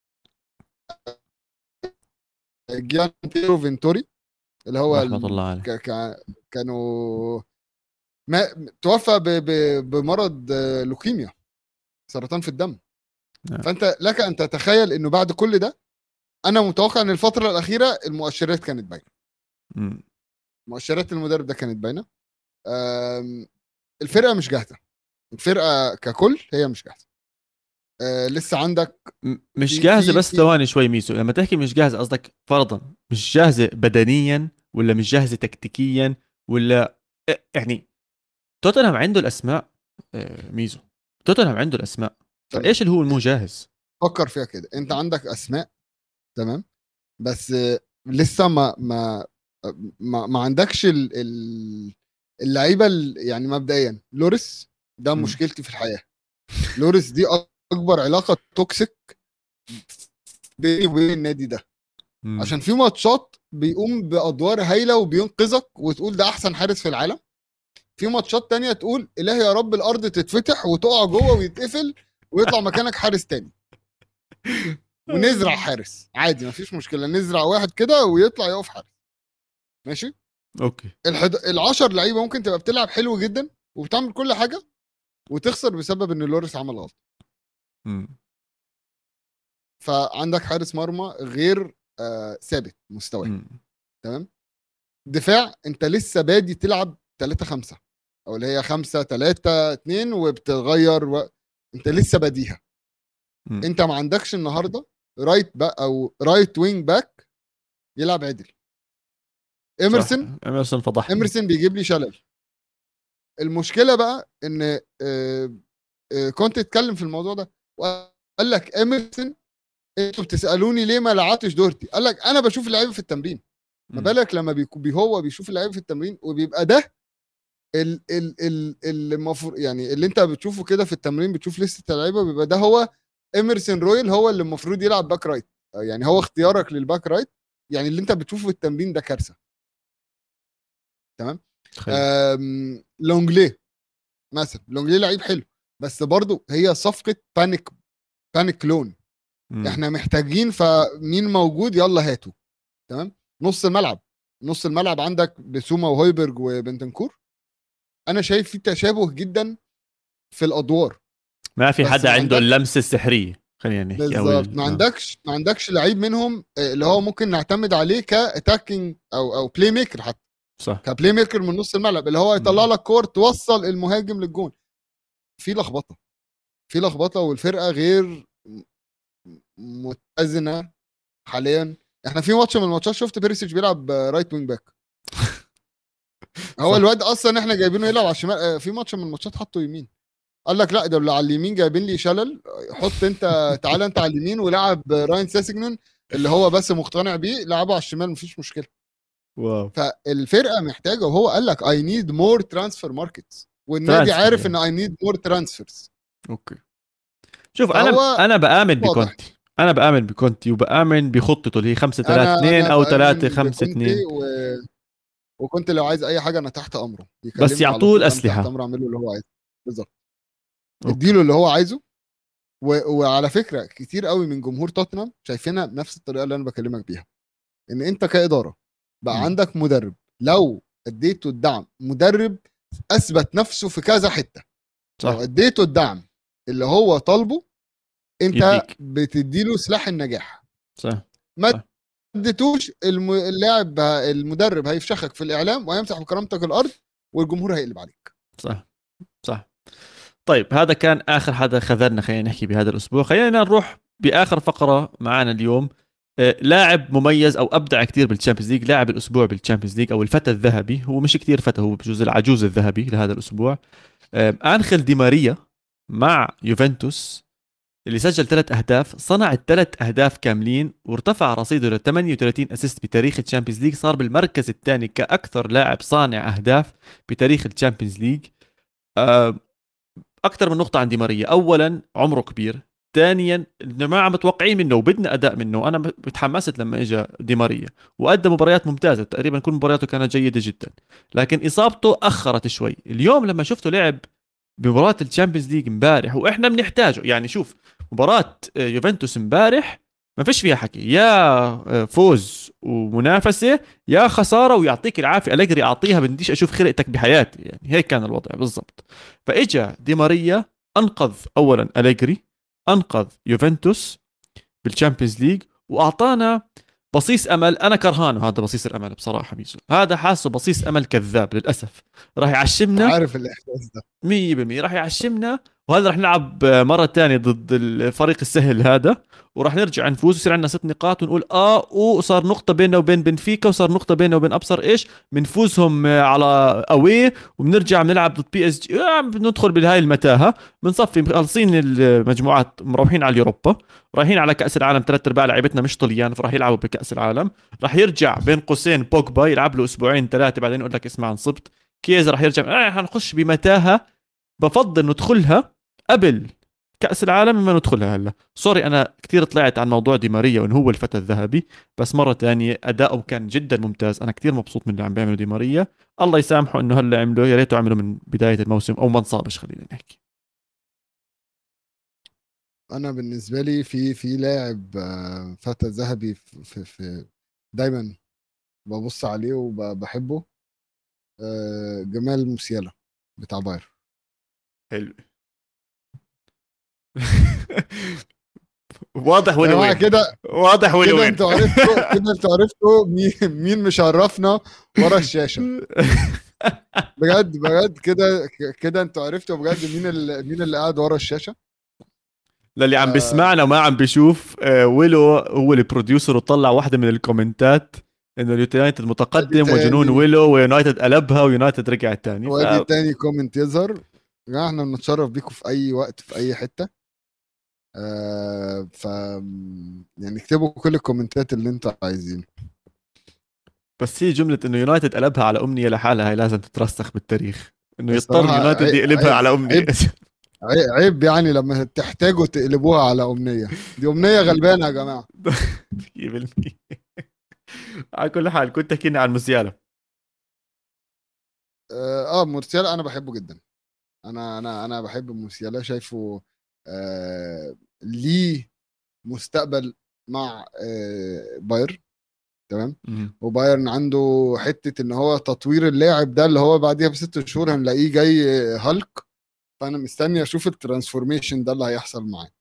جيان بيرو فينتوري، اللي هو رحمة ال... الله ك... عليه. ك... كانوا ما توفى ب... ب... بمرض آه، لوكيميا، سرطان في الدم. آه. فانت لك ان تتخيل انه بعد كل ده، انا متوقع ان الفتره الاخيره المؤشرات كانت باينه، م. مؤشرات المدرب ده كانت باينه. آم، الفرقه مش جاهزه، الفرقه ككل هي مش جاهزه. آه، لسه عندك م- مش في جاهزة. في بس في ثواني شوي ميسو، لما تحكي مش جاهزة قصدك فرضا مش جاهزة بدنيا ولا مش جاهزة تكتيكيا ولا إيه، يعني توتنهام عنده الأسماء. آه، ميزو توتنهام عنده الأسماء، تمام. فإيش اللي هو المو جاهز؟ فكر فيها كده، انت عندك اسماء، تمام، بس آه، لسه ما ما ما, ما عندكش ال- ال- اللعيبه ال- يعني مبدئيا لوريس ده م- مشكلتي في الحياه. لوريس دي اكبر علاقه توكسيك بيني وبين النادي ده، م- عشان في ماتشات بيقوم بادوار هايله وبينقذك وتقول ده احسن حارس في العالم، في ماتشات تانية تقول الهي يا رب الارض تتفتح وتقع جوه ويتقفل ويطلع مكانك حارس تاني، ونزرع حارس عادي مفيش مشكله، نزرع واحد كده ويطلع يقف حارس. ماشي. أوكي. الحد... العشر لعيبه ممكن تبقى بتلعب حلو جدا وبتعمل كل حاجه وتخسر بسبب ان لوريس عمل غلط. م- فعندك حارس مرمى غير آه ثابت مستواه. م- تمام. دفاع انت لسه بادي تلعب ثلاثة خمسة، او اللي هي خمسة ثلاثة اتنين وبتغير و... انت لسه باديها. م. انت ما عندكش النهارده رايت باك او رايت وينج باك يلعب عدل. صح. ايمرسون إمرسون فضحني. ايمرسون بيجيب لي شلل. المشكله بقى ان آه، آه، كنت اتكلم في الموضوع ده وقال لك ايمرسون انتوا بتسالوني ليه ما لعبتش دورتي، قال لك انا بشوف اللعيبه في التمرين. ما م- بالك لما بيكون بي هو بيشوف اللعيبه في التمرين وبيبقى ده ال ال ال ال المفروض، يعني اللي انت بتشوفه كده في التمرين بتشوف لسه اللعيبه، بيبقى ده هو ايمرسون رويل، هو اللي المفروض يلعب باك رايت، يعني هو اختيارك للباك رايت. يعني اللي انت بتشوفه في التمرين ده كارثه. تمام. تخيل. آم، لونجلي مثلا، لونجلي لعيب حلو، بس برضو هي صفقه بانيك بانيك لون. مم. احنا محتاجين، فمين موجود يلا هاتوا. تمام. نص الملعب نص الملعب عندك بسوما وهويبرج وبنتنكور. انا شايف في تشابه جدا في الادوار. ما في بس حدا ما عنده عندكش اللمسه السحريه خلينا نحكي او بالظبط، ال... ما آه. عندكش ما عندكش لعيب منهم آه، اللي هو ممكن نعتمد عليه كاتاكينج او او بلاي ميكر، حتى صح. كبلاي ميكر من نص الملعب اللي هو يطلع مم. لك كور توصل المهاجم للجون. في لخبطه في لخبطه والفرقه غير متزنه حاليا. احنا في ماتش من الماتشات شفت بيريسيتش بيلعب رايت وينج باك. هو صح. الواد اصلا احنا جايبينه يلعب على الشمال. آه، في ماتش من الماتشات حطه يمين. قال لك لا، ده اللي على اليمين جايبين لي شلل، حط انت تعالى انت على اليمين ولعب راين ساسيجنون اللي هو بس مقتنع بيه، لعبه على الشمال مفيش مشكله. واو. فالفرقه محتاجه، وهو قال لك اي نيد مور ترانسفير ماركتس، والنادي ترانسفير عارف ان يعني. اي نيد مور ترانسفيرز. اوكي. شوف انا فهو انا بآمن واضح. بكونتي. انا بآمن بكونتي وبآمن بخطته اللي هي خمسة ثلاثة انا اثنين انا او ثلاثة بامن خمسة بكونتي اثنين. و... وكنت لو عايز اي حاجه انا تحت امره، بس يكلمني على يعطوه طول انا تحت الاسلحه. امره، اعمل له اللي هو عايزه. بالظبط. اوكي. اديله اللي هو عايزه. و... وعلى فكره كتير قوي من جمهور توتنهام شايفينها بنفس الطريقه اللي انا بكلمك بيها، ان انت كاداره بقى مم. عندك مدرب لو اديته الدعم، مدرب اثبت نفسه في كذا حته، لو صح. اديته الدعم اللي هو طالبه انت يديك. بتديله سلاح النجاح. صح. ما صح. اديتوش الم... اللاعب ه- المدرب هيفشخك في الاعلام وهيمسح بكرامتك الارض والجمهور هيقلب عليك. صح. صح. طيب هذا كان اخر حدا خذلنا خلينا نحكي بهذا الاسبوع. خلينا نروح باخر فقره معنا اليوم. آه، لاعب مميز او ابدع كثير بالتشامبيونز ليج، لاعب الاسبوع بالتشامبيونز ليج او الفتى الذهبي. هو مش كثير فتى، هو بجوز العجوز الذهبي لهذا الاسبوع. آه، انخيل دي ماريا مع يوفنتوس اللي سجل ثلاث اهداف، صنع الثلاث اهداف كاملين وارتفع رصيده ل ثمانية وثلاثين اسيست بتاريخ الشامبيونز ليج. صار بالمركز الثاني كاكثر لاعب صانع اهداف بتاريخ الشامبيونز ليج. آه، اكثر من نقطه عن دي ماريا. اولا عمره كبير، ثانيا الجماعه متوقعين منه وبدنا اداء منه. انا بتحمست لما اجى دي ماريا وادى مباريات ممتازه، تقريبا كل مبارياته كانت جيده جدا، لكن اصابته اخرت شوي. اليوم لما شفته لعب بمباراه الشامبيونز ليج امبارح واحنا بنحتاجه، يعني شوف مباراه آه، يوفنتوس امبارح ما فيش فيها حكي، يا آه، فوز ومنافسه يا خساره ويعطيك العافيه أليجري اعطيها، بديش اشوف خلقتك بحياتي، يعني هيك كان الوضع بالضبط. فاجا دي ماريا انقذ اولا أليجري، انقذ يوفنتوس بالشامبيونز ليج، واعطانا بصيص امل. انا كرهانه هذا بصيص الامل بصراحه ميزو، هذا حاسه بصيص امل كذاب للاسف. راح يعشمنا عارف الاحساس ده. مية بالمية، راح يعشمنا. وهذا راح نلعب مرة تانية ضد الفريق السهل هذا، وراح نرجع نفوز ويصير عندنا ست نقاط ونقول اه وصار نقطة بيننا وبين بنفيكا وصار نقطة بيننا وبين ابصر ايش، بنفوزهم على اوي وبنرجع بنلعب ضد بي اس جي. آه بندخل بهاي المتاهة، بنصفي مخلصين المجموعات مروحين على اليوروبا، رايحين على كأس العالم. ثلاث ارباع لعيبتنا مش طليان فراح يلعبوا بكأس العالم. راح يرجع بين قوسين بوجبا يلعب له اسبوعين ثلاثة بعدين يقول لك اسمع انصبت. كيزا راح يرجع. آه حنخش بمتاهة بفضل ندخلها قبل كأس العالم مما ندخلها هلا. سوري انا كثير طلعت عن موضوع دي ماريا وانه هو الفتى الذهبي، بس مرة تانية اداؤه كان جدا ممتاز. انا كثير مبسوط من اللي عم بيعمله دي ماريا. الله يسامحه انه هلا عمله، يا ريته عمله من بداية الموسم او ما انصابش خلينا نحكي. انا بالنسبه لي في في لاعب آه، فتى ذهبي في, في, في دايما ببص عليه وبحبه. آه، جمال موسيالا بتاع باير. حلو. واضح يا وين جماعه وين، كده واضح وين كده وين. انتوا عرفتوا كده انتوا عرفتوا مين مين مشرفنا ورا الشاشه. بجد بجد كده كده انتوا عرفتوا بجد مين اللي مين اللي قاعد ورا الشاشه. للي عم آه، بيسمعنا وما عم بيشوف، آه، ويلو هو البروديوسر وطلع واحدة من الكومنتات انه اليونايتد ادي متقدم وجنون تاني ويلو ويونايتد قلبها ويونايتد رجع تاني. ف وادي تاني كومنت يظهر. يا جماعه احنا بنتشرف بيكم في اي وقت في اي حته. آه ف يعني اكتبوا كل الكومنتات اللي انتوا عايزين. بس هي جملة انه يونايتد قلبها على امنية لحالها هي لازم تترسخ بالتاريخ، انه يضطر الصراحه يونايتد عيب يقلبها عيب على امنية. عيب عيب عيب يعني لما تحتاجوا تقلبوها على امنيه. دي امنيه غلبانه يا جماعه. مية بالمية. على كل حال كنت تحكينا عن موسيالا. اه, آه مرسال انا بحبه جدا. انا انا انا بحب موسيالا، شايفه آه ليه مستقبل مع آه بايرن. تمام. مم. وبايرن عنده حته ان هو تطوير اللاعب ده اللي هو بعديها بست شهور هنلاقيه جاي هالك. فانا مستني اشوف الترانسفورميشن ده اللي هيحصل معاه.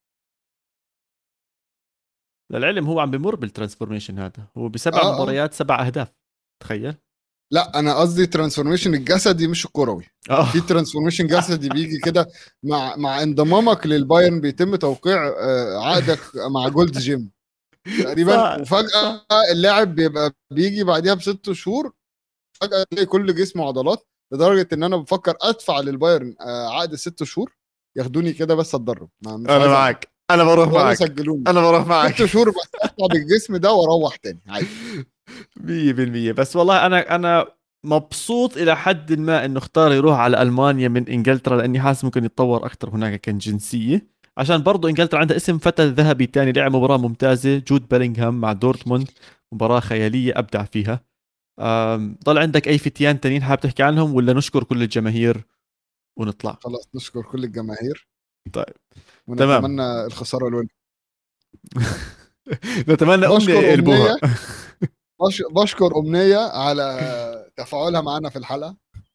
للعلم هو عم بمر بالترانسفورميشن هذا، هو بسبع اه اه مباريات سبع اهداف، تخيل. لا انا قصدي ترانسفورميشن الجسدي مش الكروي. اه في ترانسفورميشن جسدي بيجي كده مع مع انضمامك للبايرن بيتم توقيع آه، عقدك مع جولد جيم تقريبا، صح وفجأة صح. اللاعب بيبقى بيجي بعديها بست شهور فجأة تلاقي كل جسمه عضلات، لدرجة ان انا بفكر ادفع للبايرن آه، عقد ست شهور ياخدوني كده بس اتدرب، ما مش انا عايز العب. معك، انا بروح يقعدوا معك، يسجلوني انا بروح معك. ست شهور بس اطلع بالجسم ده واروح تاني عادي. مية بالمية. بس والله أنا أنا مبسوط إلى حد ما إنه اختار يروح على ألمانيا من إنجلترا، لأني حاسس ممكن يتطور أكثر هناك كان جنسية، عشان برضو إنجلترا عندها اسم فتى ذهبي تاني لعب مباراة ممتازة، جود بيلينغهام مع دورتموند، مباراة خيالية أبدع فيها. أم، ضل عندك أي فتيان تانيين حابب تحكي عنهم ولا نشكر كل الجماهير ونطلع؟ خلاص نشكر كل الجماهير طيب تمام. ونتمنى الخسارة الأولى. نتمنى أمنية بشكر يقلبوها. أمنية بش... بشكر أمنية على تفاعلها معنا في الحلقة.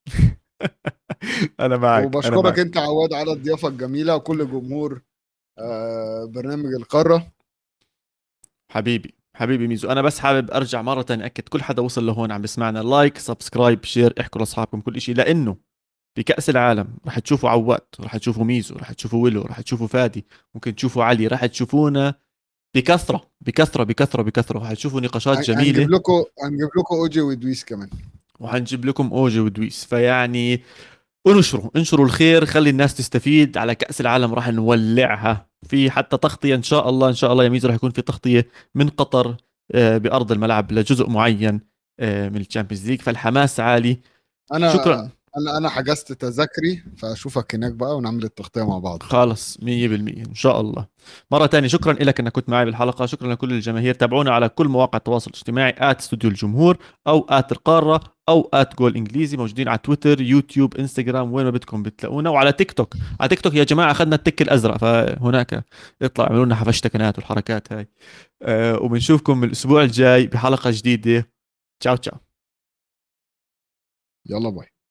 أنا معك، أنا وبشكرك معك أنت عواد على الضيافة الجميلة وكل جمهور آه، برنامج القارة. حبيبي حبيبي ميزو. انا بس حابب ارجع مره تانية اكد كل حدا وصل لهون عم بسمعنا، لايك سبسكرايب شير، احكوا لاصحابكم كل شيء، لانه بكأس العالم رح تشوفوا عواد، رح تشوفوا ميزو، رح تشوفوا ويلو، رح تشوفوا فادي، ممكن تشوفوا علي، رح تشوفونا بكثره بكثره بكثره بكثره، رح تشوفوا نقاشات هن- هنجيب جميله، لكم هنجيب لكم أوجي ودويس كمان. وحنجيب لكم اوجي ودويس. فيعني انشروا انشروا الخير، خلي الناس تستفيد. على كأس العالم راح نولعها، في حتى تغطية ان شاء الله، ان شاء الله يا ميزو راح يكون في تغطية من قطر آه، بأرض الملعب لجزء معين آه، من الشامبيونز ليج، فالحماس عالي. أنا شكرا. أنا أنا حجزت تذاكري فأشوفك هناك بقى ونعمل التغطية مع بعض. خالص مية بالمية إن شاء الله. مرة تانية شكرا لك أنك كنت معي بالحلقة، شكرا لكل الجماهير. تابعونا على كل مواقع التواصل الاجتماعي آت استوديو الجمهور، أو آت القارة، أو آت جول إنجليزي. موجودين على تويتر يوتيوب إنستغرام، وين ما بدكم بتلاقونا. وعلى تيك توك، على تيك توك يا جماعة أخذنا التك الأزرق، فهناك اطلع اعملوا لنا حفشتكنات والحركات هاي. أه وبنشوفكم الأسبوع الجاي بحلقة جديدة. تشاو تشاو. يلا باي.